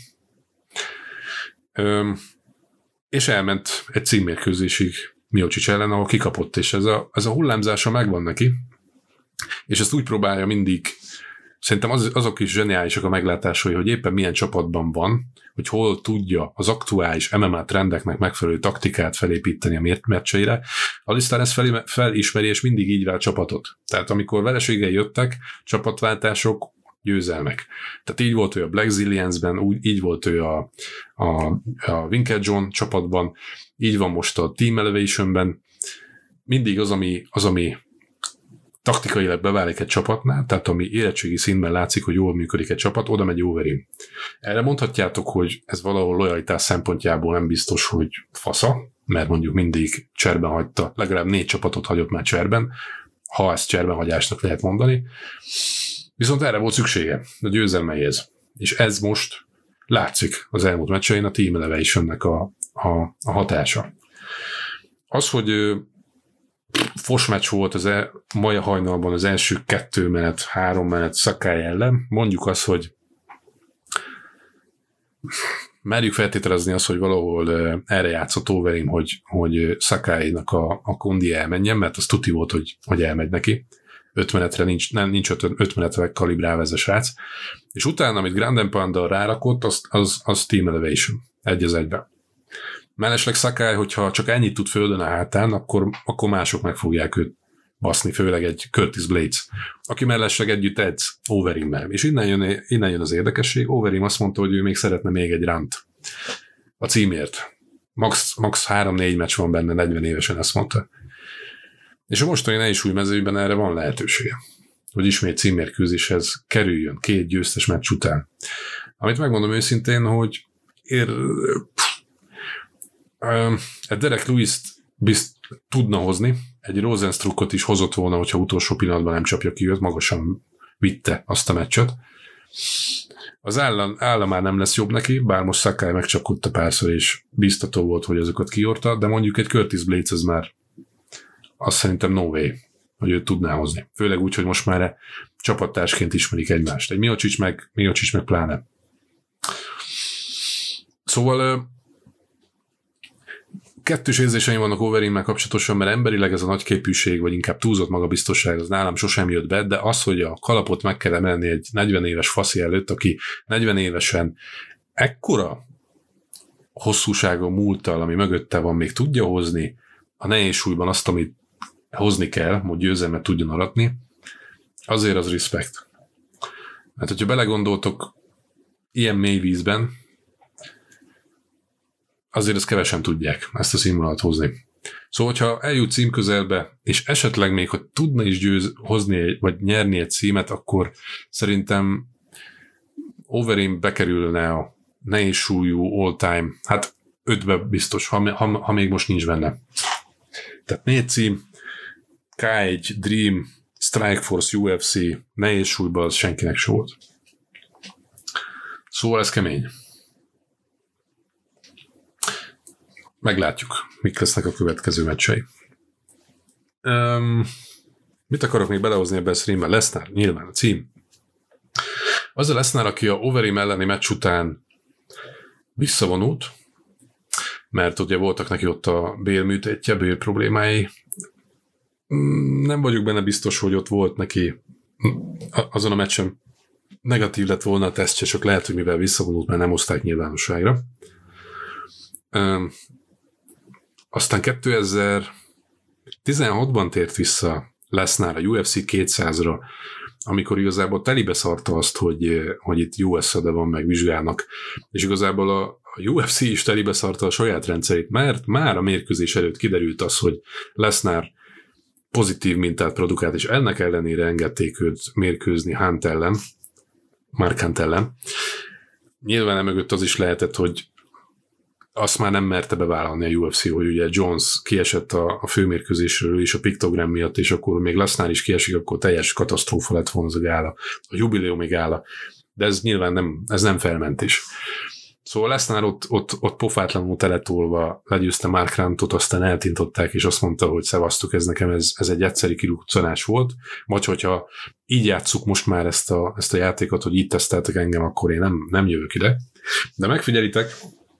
És elment egy címmérkőzésig Miocic ellen, ahol kikapott, és ez a hullámzása megvan neki, és ezt úgy próbálja mindig, szerintem azok is zseniálisak a meglátásai, hogy éppen milyen csapatban van, hogy hol tudja az aktuális MMA trendeknek megfelelő taktikát felépíteni a meccseire. Alistair ezt felismeri, és mindig így vál csapatot. Tehát amikor vereségei jöttek, csapatváltások, győzelmek. Tehát így volt ő a Black Zillions-ben, így volt ő a Winkle John csapatban, így van most a Team Elevation-ben. Mindig az, ami taktikailag beválik egy csapatnál, tehát ami érettségi színben látszik, hogy jól működik egy csapat, oda megy Overeem. Erre mondhatjátok, hogy ez valahol lojalitás szempontjából nem biztos, hogy fasza, mert mondjuk mindig cserben hagyta, legalább 4 csapatot hagyott már cserben, ha ezt cserbenhagyásnak lehet mondani. Viszont erre volt szüksége, a győzelmeihez. És ez most látszik az elmúlt meccsein a Team Elevation-nek a hatása. Az, hogy fos meccs volt mai hajnalban az első 2-3 menet Sakai ellen, mondjuk azt, hogy merjük feltételezni azt, hogy valahol erre játszott Overeem, hogy Sakai-nak a kondi elmenjen, mert az tuti volt, hogy elmegy neki. 5 menetre nincs 5 menetre kalibrálva ez a srác. És utána, amit Grand Pound-dal rárakott, az Team Elevation. 1-1-ben. Mellesleg Sakai, hogyha csak ennyit tud földön a hátán, akkor mások meg fogják őt baszni, főleg egy Curtis Blades, aki mellesleg együtt edz Overeemmel. És innen jön az érdekesség. Overeem azt mondta, hogy ő még szeretne még egy runt a címért. Max 3-4 meccs van benne, 40 évesen ezt mondta. És a mostani ne is új mezőjében erre van lehetősége, hogy ismét címmérkőzéshez kerüljön 2 győztes meccs után. Amit megmondom őszintén, hogy Derek Lewis-t tudna hozni, egy Rosenstruckot is hozott volna, hogyha utolsó pillanatban nem csapja ki őt, magasan vitte azt a meccset. Az álla már nem lesz jobb neki, bár most Sakai megcsapkodta párszor, és biztató volt, hogy azokat kiorta, de mondjuk egy Curtis Blades ez már azt szerintem no way, hogy őt tudná hozni. Főleg úgy, hogy most már csapattársként ismerik egymást. Egy Miocic meg pláne. Szóval kettős érzéseim vannak Overeemmel kapcsolatosan, mert emberileg ez a nagyképűség, vagy inkább túlzott magabiztosság, az nálam sosem jött be, de az, hogy a kalapot meg kell emelni egy 40 éves faszi előtt, aki 40 évesen ekkora hosszúsága múlttal, ami mögötte van, még tudja hozni a nehéz súlyban azt, amit hozni kell, hogy győzelmet tudjon aratni, azért az respekt. Mert hogyha belegondoltok ilyen mély vízben, azért ezt kevesen tudják, ezt a színvonalat hozni. Szóval, hogyha eljut címközelbe, és esetleg még, hogy tudna is hozni, vagy nyerni egy címet, akkor szerintem Overeem bekerülne a nehéz súlyú all-time, hát 5-be biztos, ha még most nincs benne. Tehát 4 cím, K1, Dream, Strikeforce, UFC, nehéz súlyban az senkinek se volt. Szóval ez kemény. Meglátjuk, mik lesznek a következő meccsei. Mit akarok még belehozni ebbe a streamben? Lesnar, nyilván a cím. Az a Lesnar, aki a Overeem elleni meccs után visszavonult, mert ugye voltak neki ott a bélműtétje, bél problémái. Nem vagyok benne biztos, hogy ott volt neki azon a meccsen negatív lett volna a tesztje, csak lehet, hogy mivel visszavonult, mert nem hozták nyilvánosságra. Aztán 2016-ban tért vissza Lesnar a UFC 200-ra, amikor igazából telibe szarta azt, hogy itt US-de van, meg vizsgálnak, és igazából a UFC is telibe szarta a saját rendszerét, mert már a mérkőzés előtt kiderült az, hogy Lesnar pozitív mintát produkált, és ennek ellenére engedték őt mérkőzni Mark Hunt ellen. Nyilván emögött az is lehetett, hogy azt már nem merte bevállalni a UFC, hogy ugye Jones kiesett a főmérkőzésről és a piktogram miatt, és akkor még Lesnar is kiesik, akkor teljes katasztrófa lett volna az a gála, a jubileumi gála. De ez nyilván nem felmentés. Szóval Lesnar ott pofátlanul teletolva legyőzte Mark Huntot, aztán eltintották, és azt mondta, hogy szevasztok, ez nekem ez egy egyszeri kiruccanás volt, vagy hogyha így játsszuk most már ezt a játékot, hogy így teszteltek engem, akkor én nem jövök ide. De megfigyelitek,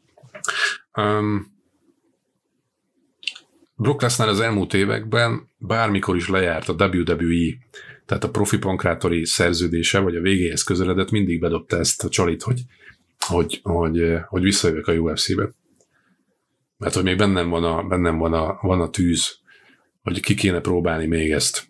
Brock Lesnar az elmúlt években bármikor is lejárt a WWE, tehát a profi pankrátori szerződése, vagy a végéhez közeledett, mindig bedobta ezt a csalit, hogy visszajövök a UFC-be. Mert hogy még bennem van a tűz, hogy ki kéne próbálni még ezt.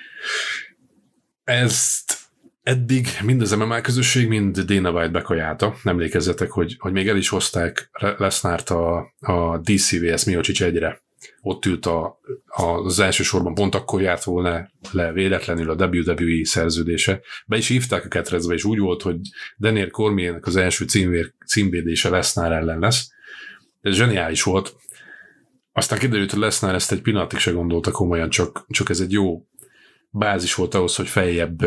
Ezt eddig mind az MMA közösség, mind Dana White bekajálta. Emlékezzetek, hogy még el is hozták Lesnart a DCVS Miocic egyre. Ott ült az első sorban, pont akkor járt volna le véletlenül a WWE szerződése. Be is hívták a ketrecbe, és úgy volt, hogy Daniel Cormier-nek az első címvédése Lesnar ellen lesz. Ez zseniális volt. Aztán kiderült, hogy Lesnar ezt egy pillanatig se gondolta komolyan, csak ez egy jó bázis volt ahhoz, hogy feljebb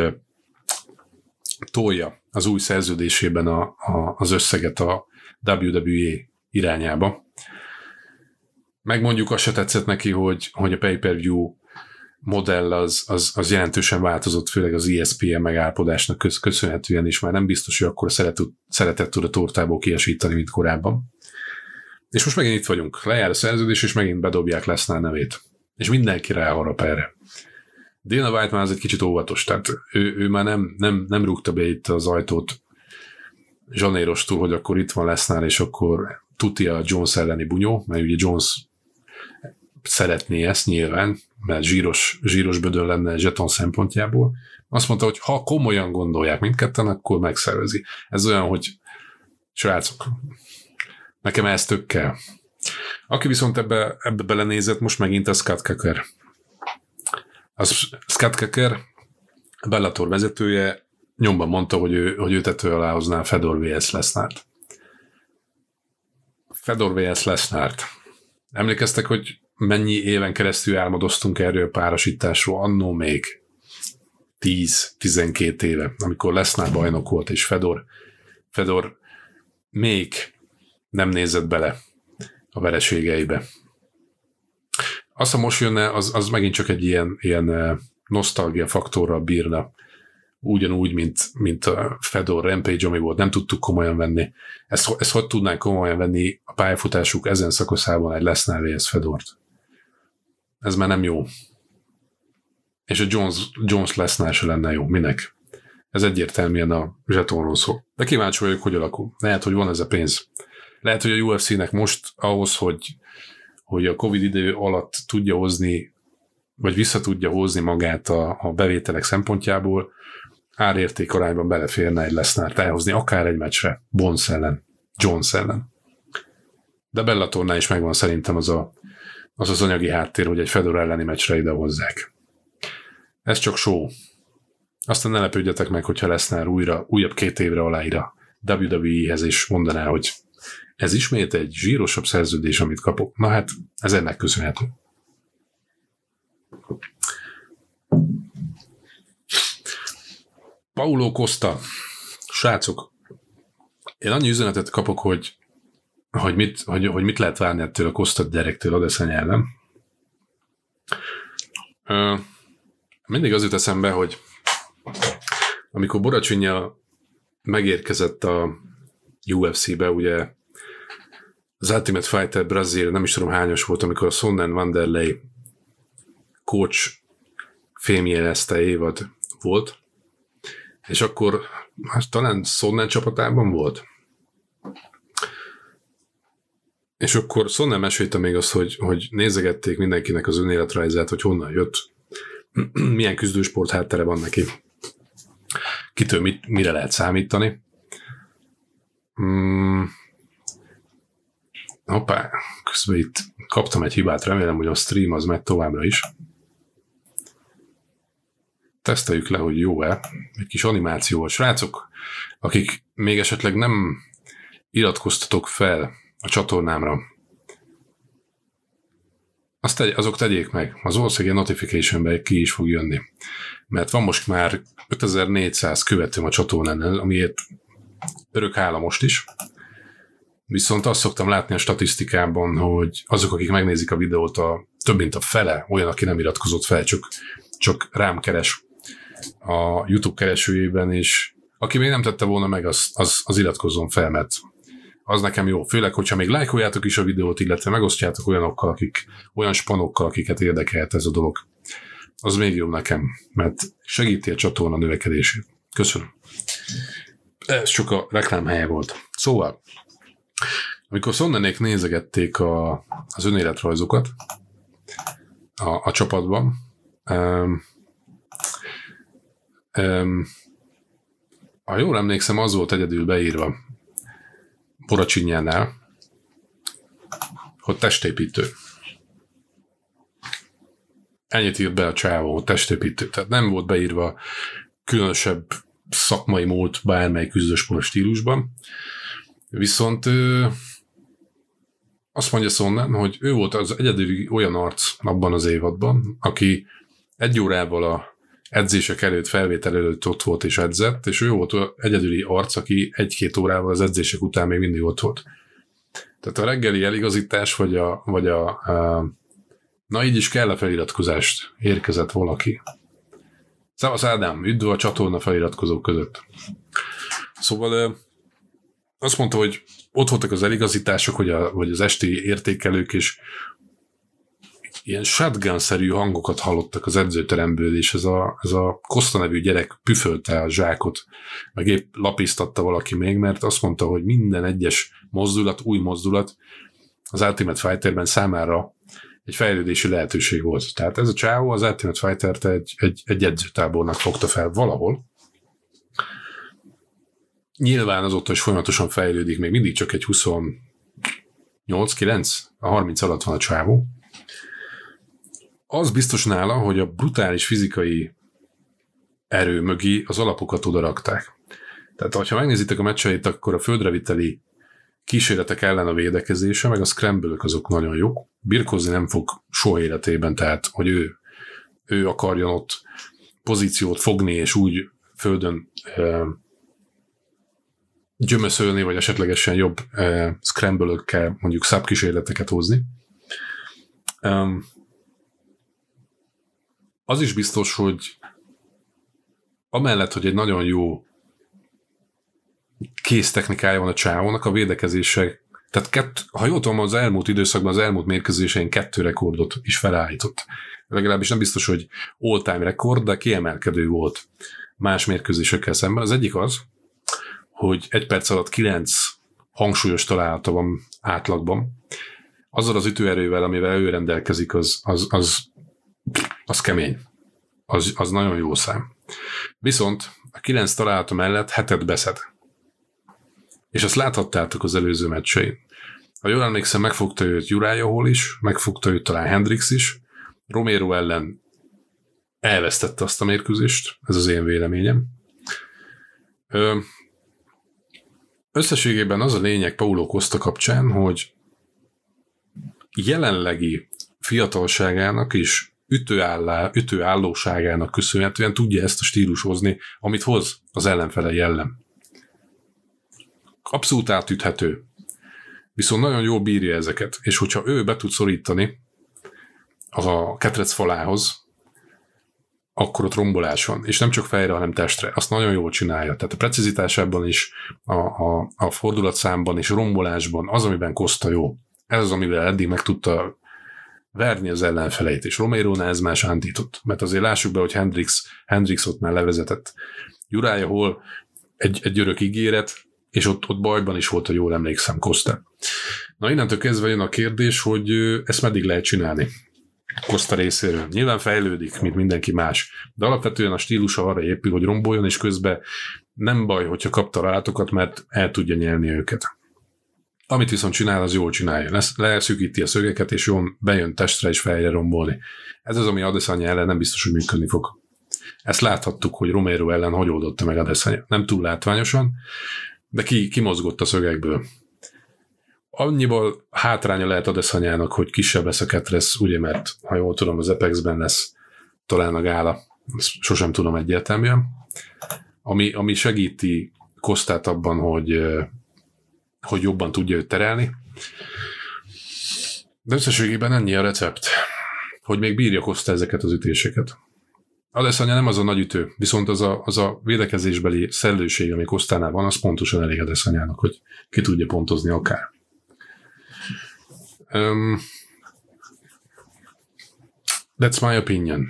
tolja az új szerződésében az összeget a WWE irányába. Meg mondjuk azt se tetszett neki, hogy a pay-per-view modell az jelentősen változott, főleg az ESPN megállapodásnak köszönhetően is, már nem biztos, hogy akkor szeretett tud a tortából kiesíteni, mint korábban. És most megint itt vagyunk. Lejár a szerződés, és megint bedobják Lesnar nevét. És mindenki ráharap erre. Dana White már az egy kicsit óvatos, tehát ő már nem rúgta be itt az ajtót zsanérostól, hogy akkor itt van Lesnar, és akkor tuti a Jones elleni bunyó, mert ugye Jones szeretné ezt nyilván, mert zsíros bödön lenne zseton szempontjából. Azt mondta, hogy ha komolyan gondolják mindketten, akkor megszervezi. Ez olyan, hogy srácok, nekem ez tök kell. Aki viszont ebbe belenézett, most megint a Scott Coker. Scott Coker, Bellator vezetője, nyomban mondta, hogy ő tető alá hozná Fedor vs. Lesnart. Fedor vs. Lesnart. Emlékeztek, hogy mennyi éven keresztül álmodoztunk erről a párosításról, annó még 10-12 éve, amikor Lesnar bajnok volt, és Fedor még nem nézett bele a vereségeibe. Az, ha most jönne, az megint csak egy ilyen nosztalgia faktorral bírna. Ugyanúgy, mint a Fedor Rampage, ami volt, nem tudtuk komolyan venni. Ezt hogy tudnánk komolyan venni a pályafutásuk ezen szakaszában egy Lesnar vs. Fedort? Ez már nem jó. És a Jones Lesnar se lenne jó. Minek? Ez egyértelműen a zsetonról szól. De kíváncsi vagyok, hogy alakul. Lehet, hogy van ez a pénz. Lehet, hogy a UFC-nek most ahhoz, hogy a Covid idő alatt tudja hozni, vagy vissza tudja hozni magát a bevételek szempontjából, árérték arányban beleférne egy Lesnart elhozni, akár egy meccsre, Bones ellen, Jones ellen. De Bellatornál is megvan szerintem az anyagi háttér, hogy egy Fedor elleni meccsre ide hozzák. Ez csak show. Aztán ne lepődjetek meg, hogyha Lesnar újabb 2 évre aláír a WWE-hez, és mondaná, hogy ez ismét egy zsírosabb szerződés, amit kapok. Na hát, ez ennek köszönhető. Paulo Costa. Srácok, én annyi üzenetet kapok, hogy mit lehet várni ettől a Costa gyerektől Adesanya ellen. Mindig az jut eszembe, hogy amikor Boracsinya megérkezett a UFC-be, ugye az Ultimate Fighter Brazil, nem is tudom hányos volt, amikor a Sonnen Wanderlei coach fémjelezte évad volt, és akkor talán Sonnen csapatában volt. És akkor Sonnen mesélte még azt, hogy nézegették mindenkinek az önéletrajzát, hogy honnan jött, milyen küzdősport háttere van neki, kitől mire lehet számítani. Hoppá, közben itt kaptam egy hibát, remélem, hogy a stream az megy továbbra is. Teszteljük le, hogy jó-e. Egy kis animáció. Srácok, akik még esetleg nem iratkoztatok fel a csatornámra, azok tegyék meg. Az országi notificationbe ki is fog jönni. Mert van most már 5400 követőm a csatornán, amiért örök hála most is. Viszont azt szoktam látni a statisztikában, hogy azok, akik megnézik a videót, több mint a fele olyan, aki nem iratkozott fel, csak rám keres a YouTube keresőjében, és aki még nem tette volna meg, az iratkozzon fel, mert az nekem jó. Főleg, hogyha még lájkoljátok is a videót, illetve megosztjátok olyan spanokkal, akiket érdekelt ez a dolog. Az még jobb nekem, mert segíti a csatorna növekedését. Köszönöm. Ez csak a reklámhelye volt. Szóval, amikor Sonnenék nézegették az önéletrajzokat a csapatban, ha jól emlékszem, az volt egyedül beírva Boracsinyánál, hogy testépítő. Ennyit írt be a csávó, hogy testépítő. Tehát nem volt beírva különösebb szakmai múlt bármely küzdősport stílusban. Viszont azt mondja Sonnen, hogy ő volt az egyedüli olyan arc abban az évadban, aki 1 órával a edzések előtt, felvétel előtt ott volt és edzett, és ő volt az egyedüli arc, aki 1-2 órával az edzések után még mindig ott volt. Tehát a reggeli eligazítás, vagy a na így is kell a feliratkozást, érkezett valaki. Szevasz Ádám, üdv a csatorna feliratkozók között. Szóval azt mondta, hogy ott voltak az eligazítások, vagy az esti értékelők, és ilyen shotgun-szerű hangokat hallottak az edzőteremből, és ez a Costa nevű gyerek püfölte a zsákot, meg épp lapiztatta valaki még, mert azt mondta, hogy minden egyes mozdulat, új mozdulat az Ultimate Fighterben számára egy fejlődési lehetőség volt. Tehát ez a csávó az Ultimate Fighter-t egy edzőtábornak fogta fel valahol. Nyilván azóta is folyamatosan fejlődik, még mindig csak egy 28-9, a 30 alatt van a csávó. Az biztos nála, hogy a brutális fizikai erő mögé az alapokat odarakták. Tehát, ha megnézitek a meccseit, akkor a földreviteli kísérletek ellen a védekezése, meg a scramble-ök azok nagyon jók. Birkózni nem fog soha életében, tehát, hogy ő akarjon ott pozíciót fogni, és úgy földön gyömöszölni, vagy esetlegesen jobb scramble-ökkel mondjuk szabkísérleteket hozni. Az is biztos, hogy amellett, hogy egy nagyon jó kéztechnikája van a csávónak, a védekezések, tehát ha jól tudom, az elmúlt időszakban, az elmúlt mérkőzésein 2 rekordot is felállított. Legalábbis nem biztos, hogy all-time rekord, de kiemelkedő volt más mérkőzésekkel szemben. Az egyik az, hogy 1 perc alatt 9 hangsúlyos találata van átlagban. Azzal az ütőerővel, amivel ő rendelkezik, az kemény. Az nagyon jó szám. Viszont a 9 találata mellett 7 beszed. És azt láthattátok az előző meccsein. Ha jól emlékszem, megfogta őt Uriah Hall is, megfogta őt talán Hendricks is, Romero ellen elvesztette azt a mérkőzést, ez az én véleményem. Összességében az a lényeg Paulo Costa kapcsán, hogy jelenlegi fiatalságának és ütőállóságának köszönhetően tudja ezt a stílus hozni, amit hoz az ellenfele ellen. Abszolút átüthető. Viszont nagyon jól bírja ezeket, és hogyha ő be tud szorítani a ketrec falához, akkor ott rombolás van. És nem csak fejre, hanem testre. Azt nagyon jól csinálja. Tehát a precizitásában is, a fordulatszámban és rombolásban az, amiben Costa jó. Ez az, amivel eddig meg tudta verni az ellenfeleit, és Romero-nál ez más antított. Mert azért lássuk be, hogy Hendricks ott már levezetett. Uriah Hall egy örök ígéret, és ott bajban is volt, ha jól emlékszem, Costa. Na, innentől kezdve jön a kérdés, hogy ezt meddig lehet csinálni Costa részéről. Nyilván fejlődik, mint mindenki más, de alapvetően a stílusa arra épül, hogy romboljon, és közben nem baj, hogyha kap találatokat, mert el tudja nyelni őket. Amit viszont csinál, az jól csinálja. Leszűkíti a szögeket, és jól bejön testre és fejre rombolni. Ez az, ami Adesanya ellen nem biztos, hogy működni fog. Ezt láthattuk, hogy Romero ellen hogy oldotta meg Adesanya. Nem túl látványosan, de kimozgott a szögekből. Annyiból hátránya lehet Adesanyának, hogy kisebb lesz a ketresz, ugye, mert ha jól tudom, az Apexben lesz talán a gála. Ezt sosem tudom egyértelműen. Ami segíti Costát abban, hogy hogy jobban tudja őt terelni. De összességében ennyi a recept, hogy még bírja Costa ezeket az ütéseket. Adesanya nem az a nagy ütő, viszont az a védekezésbeli szellőség, ami Costánál van, az pontosan elég Adesanyának, hogy ki tudja pontozni akár. That's my opinion.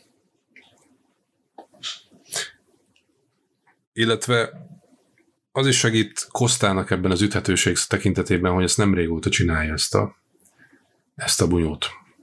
Illetve az is segít Costának ebben az üthetőség tekintetében, hogy ezt nem régóta csinálja ezt a bunyót.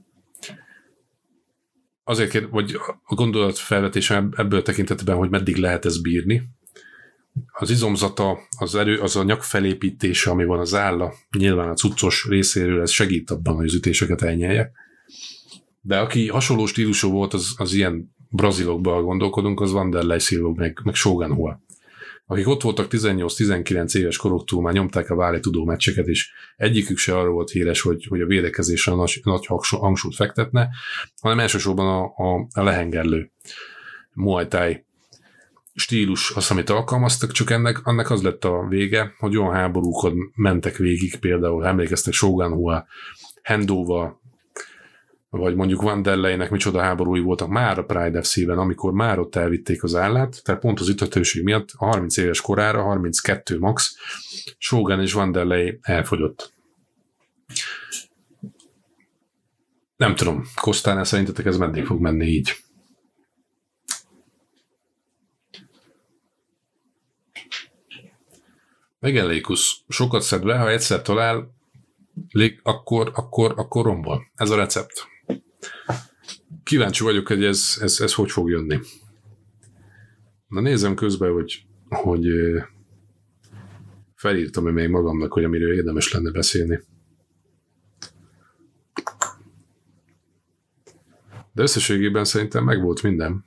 Azért, vagy a gondolatfelvetésem ebből tekintetben, hogy meddig lehet ezt bírni. Az izomzata, az erő, az a nyak felépítése, ami van az álla, nyilván a cuccos részéről, ez segít abban, hogy az ütéseket elnyelje. De aki hasonló stílusú volt, az ilyen brazilokban gondolkodunk, az Wanderlei Silva, meg Shogun Rua. Akik ott voltak 18-19 éves koroktól, már nyomták a Vale Tudo meccseket, és egyikük se arról volt híres, hogy a védekezésre nagy hangsúlyt fektetne, hanem elsősorban a lehengerlő Muay Thai stílus az, amit alkalmaztak, csak annak az lett a vége, hogy olyan háborúkon mentek végig, például emlékeztek Shogun Rua, Hendóval, vagy mondjuk Wanderleinek micsoda háborúi voltak már a Pride FC-ben, amikor már ott elvitték az állát, tehát pont az üthetőség miatt a 30 éves korára, 32 max, Shogun és Wanderlei elfogyott. Nem tudom, Costánál szerintetek ez meddig fog menni így? Megellékusz, sokat szed le, ha egyszer talál, akkor rombol. Ez a recept. Kíváncsi vagyok, hogy ez hogy fog jönni. Na nézem közben, hogy felírtam még magamnak, hogy amiről érdemes lenne beszélni. De összességében szerintem megvolt minden.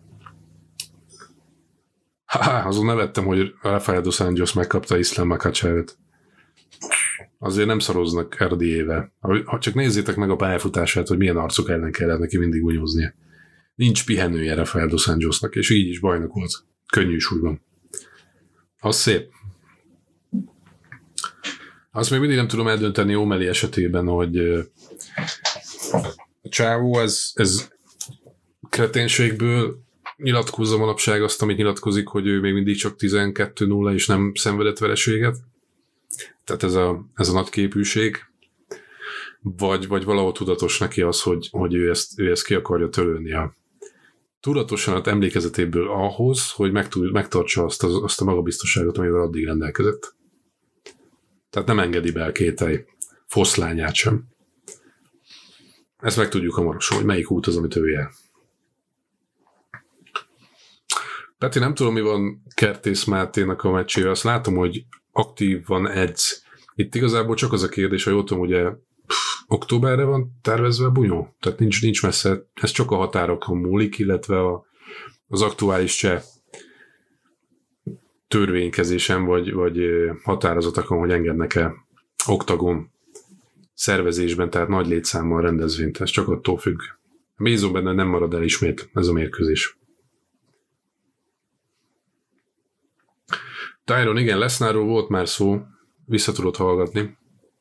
Azon nevettem, hogy Rafael dos Anjos megkapta Islam Makhachevet. Azért nem szaroznak RDA-vel. Ha csak nézzétek meg a pályafutását, hogy milyen arcok ellen kellett neki mindig bunyóznia. Nincs pihenője Rafael dos Anjosnak, és így is bajnok volt. Könnyű súlyban. Az szép. Azt még mindig nem tudom eldönteni O'Malley esetében, hogy a csávó ez kreténségből nyilatkozza manapság azt, amit nyilatkozik, hogy ő még mindig csak 12-0 és nem szenvedett vereséget. Tehát ez a nagy képűség. Vagy valahogy tudatos neki az, hogy ő ezt ki akarja törölni a tudatosan az emlékezetéből ahhoz, hogy megtartsa azt a magabiztosságot, amivel addig rendelkezett. Tehát nem engedi be a kételj foszlányát sem. Ezt megtudjuk hamarosan, hogy melyik út az, amit ő jel. Peti, nem tudom, mi van Kertész Máténak a meccsével. Azt látom, hogy aktívan edz. Itt igazából csak az a kérdés, hogy ott ugye októberre van tervezve a bunyó. Tehát nincs messze. Ez csak a határokon múlik, illetve az aktuális cseh törvénykezésen vagy határozatokon, hogy engednek-e oktagon szervezésben, tehát nagy létszámmal rendezvényt. Ez csak attól függ. Bízom benne, nem marad el ismét ez a mérkőzés. Tyron, igen, Lesnarról volt már szó, vissza tudod hallgatni.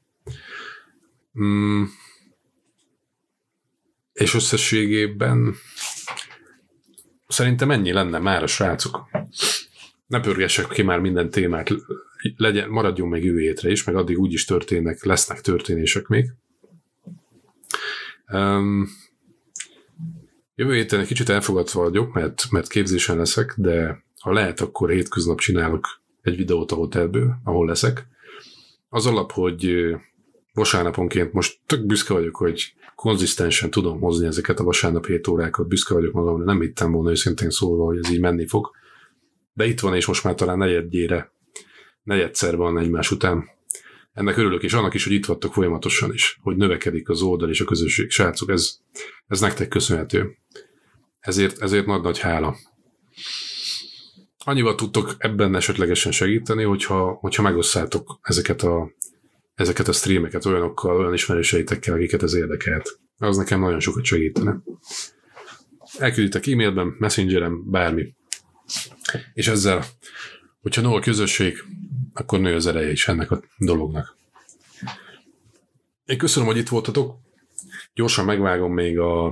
És összességében szerintem ennyi lenne már a srácok. Ne pörgessek ki már minden témát, maradjon meg jövő hétre is, meg addig úgyis lesznek történések még. Jövő héten egy kicsit elfogadva vagyok, mert képzésen leszek, de ha lehet, akkor hétköznap csinálok egy videót a hotelből, ahol leszek. Az alap, hogy vasárnaponként most tök büszke vagyok, hogy konzisztensen tudom hozni ezeket a vasárnap 7 órákat, büszke vagyok magamra, nem hittem volna őszintén szólva, hogy ez így menni fog. De itt van, és most már talán negyedszer van egymás után. Ennek örülök, és annak is, hogy itt vagytok folyamatosan is, hogy növekedik az oldal és a közösség. Srácok, ez nektek köszönhető. Ezért nagy hála. Annyival tudtok ebben esetlegesen segíteni, hogyha megosszátok ezeket a streameket olyanokkal, olyan ismerőseitekkel, akiket ez érdekelt. Az nekem nagyon sokat segítene. Elkülditek e-mailben, messengeren, bármi. És ezzel, hogyha no a közösség, akkor nő az ereje is ennek a dolognak. Én köszönöm, hogy itt voltatok. Gyorsan megvágom még a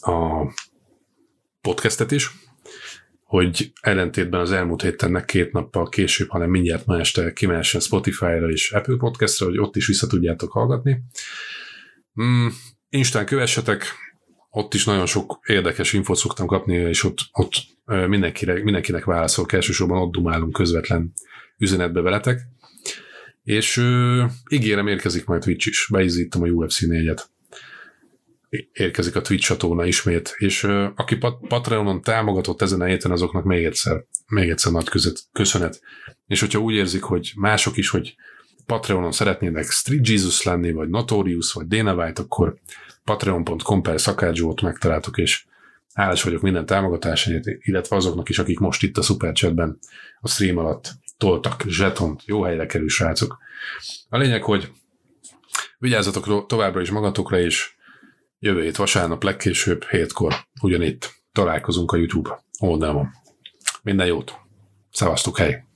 podcastet is, hogy ellentétben az elmúlt héten 2 nappal később, hanem mindjárt ma este kimehessen Spotify-ra és Apple Podcastra, hogy ott is vissza tudjátok hallgatni. Instán kövessetek, ott is nagyon sok érdekes infót szoktam kapni, és ott mindenkinek válaszolok, elsősorban ott dumálunk közvetlen üzenetbe veletek. És ígérem, érkezik majd Twitch is. Beizítom a UFC 4-et. Érkezik a Twitch csatorna ismét, és aki Patreonon támogatott ezen a héten, azoknak még egyszer nagy köszönet. És hogyha úgy érzik, hogy mások is, hogy Patreonon szeretnének Street Jesus lenni, vagy Notorious, vagy Dana White, akkor patreon.com/szakácsot megtaláltok, és hálás vagyok minden támogatásért, illetve azoknak is, akik most itt a Superchatben a stream alatt toltak zsetont. Jó helyre kerül, srácok. A lényeg, hogy vigyázzatok továbbra is magatokra, és jövő hét vasárnap legkésőbb 7-kor ugyanitt találkozunk a YouTube oldalon. Minden jót! Szevasztok, hely!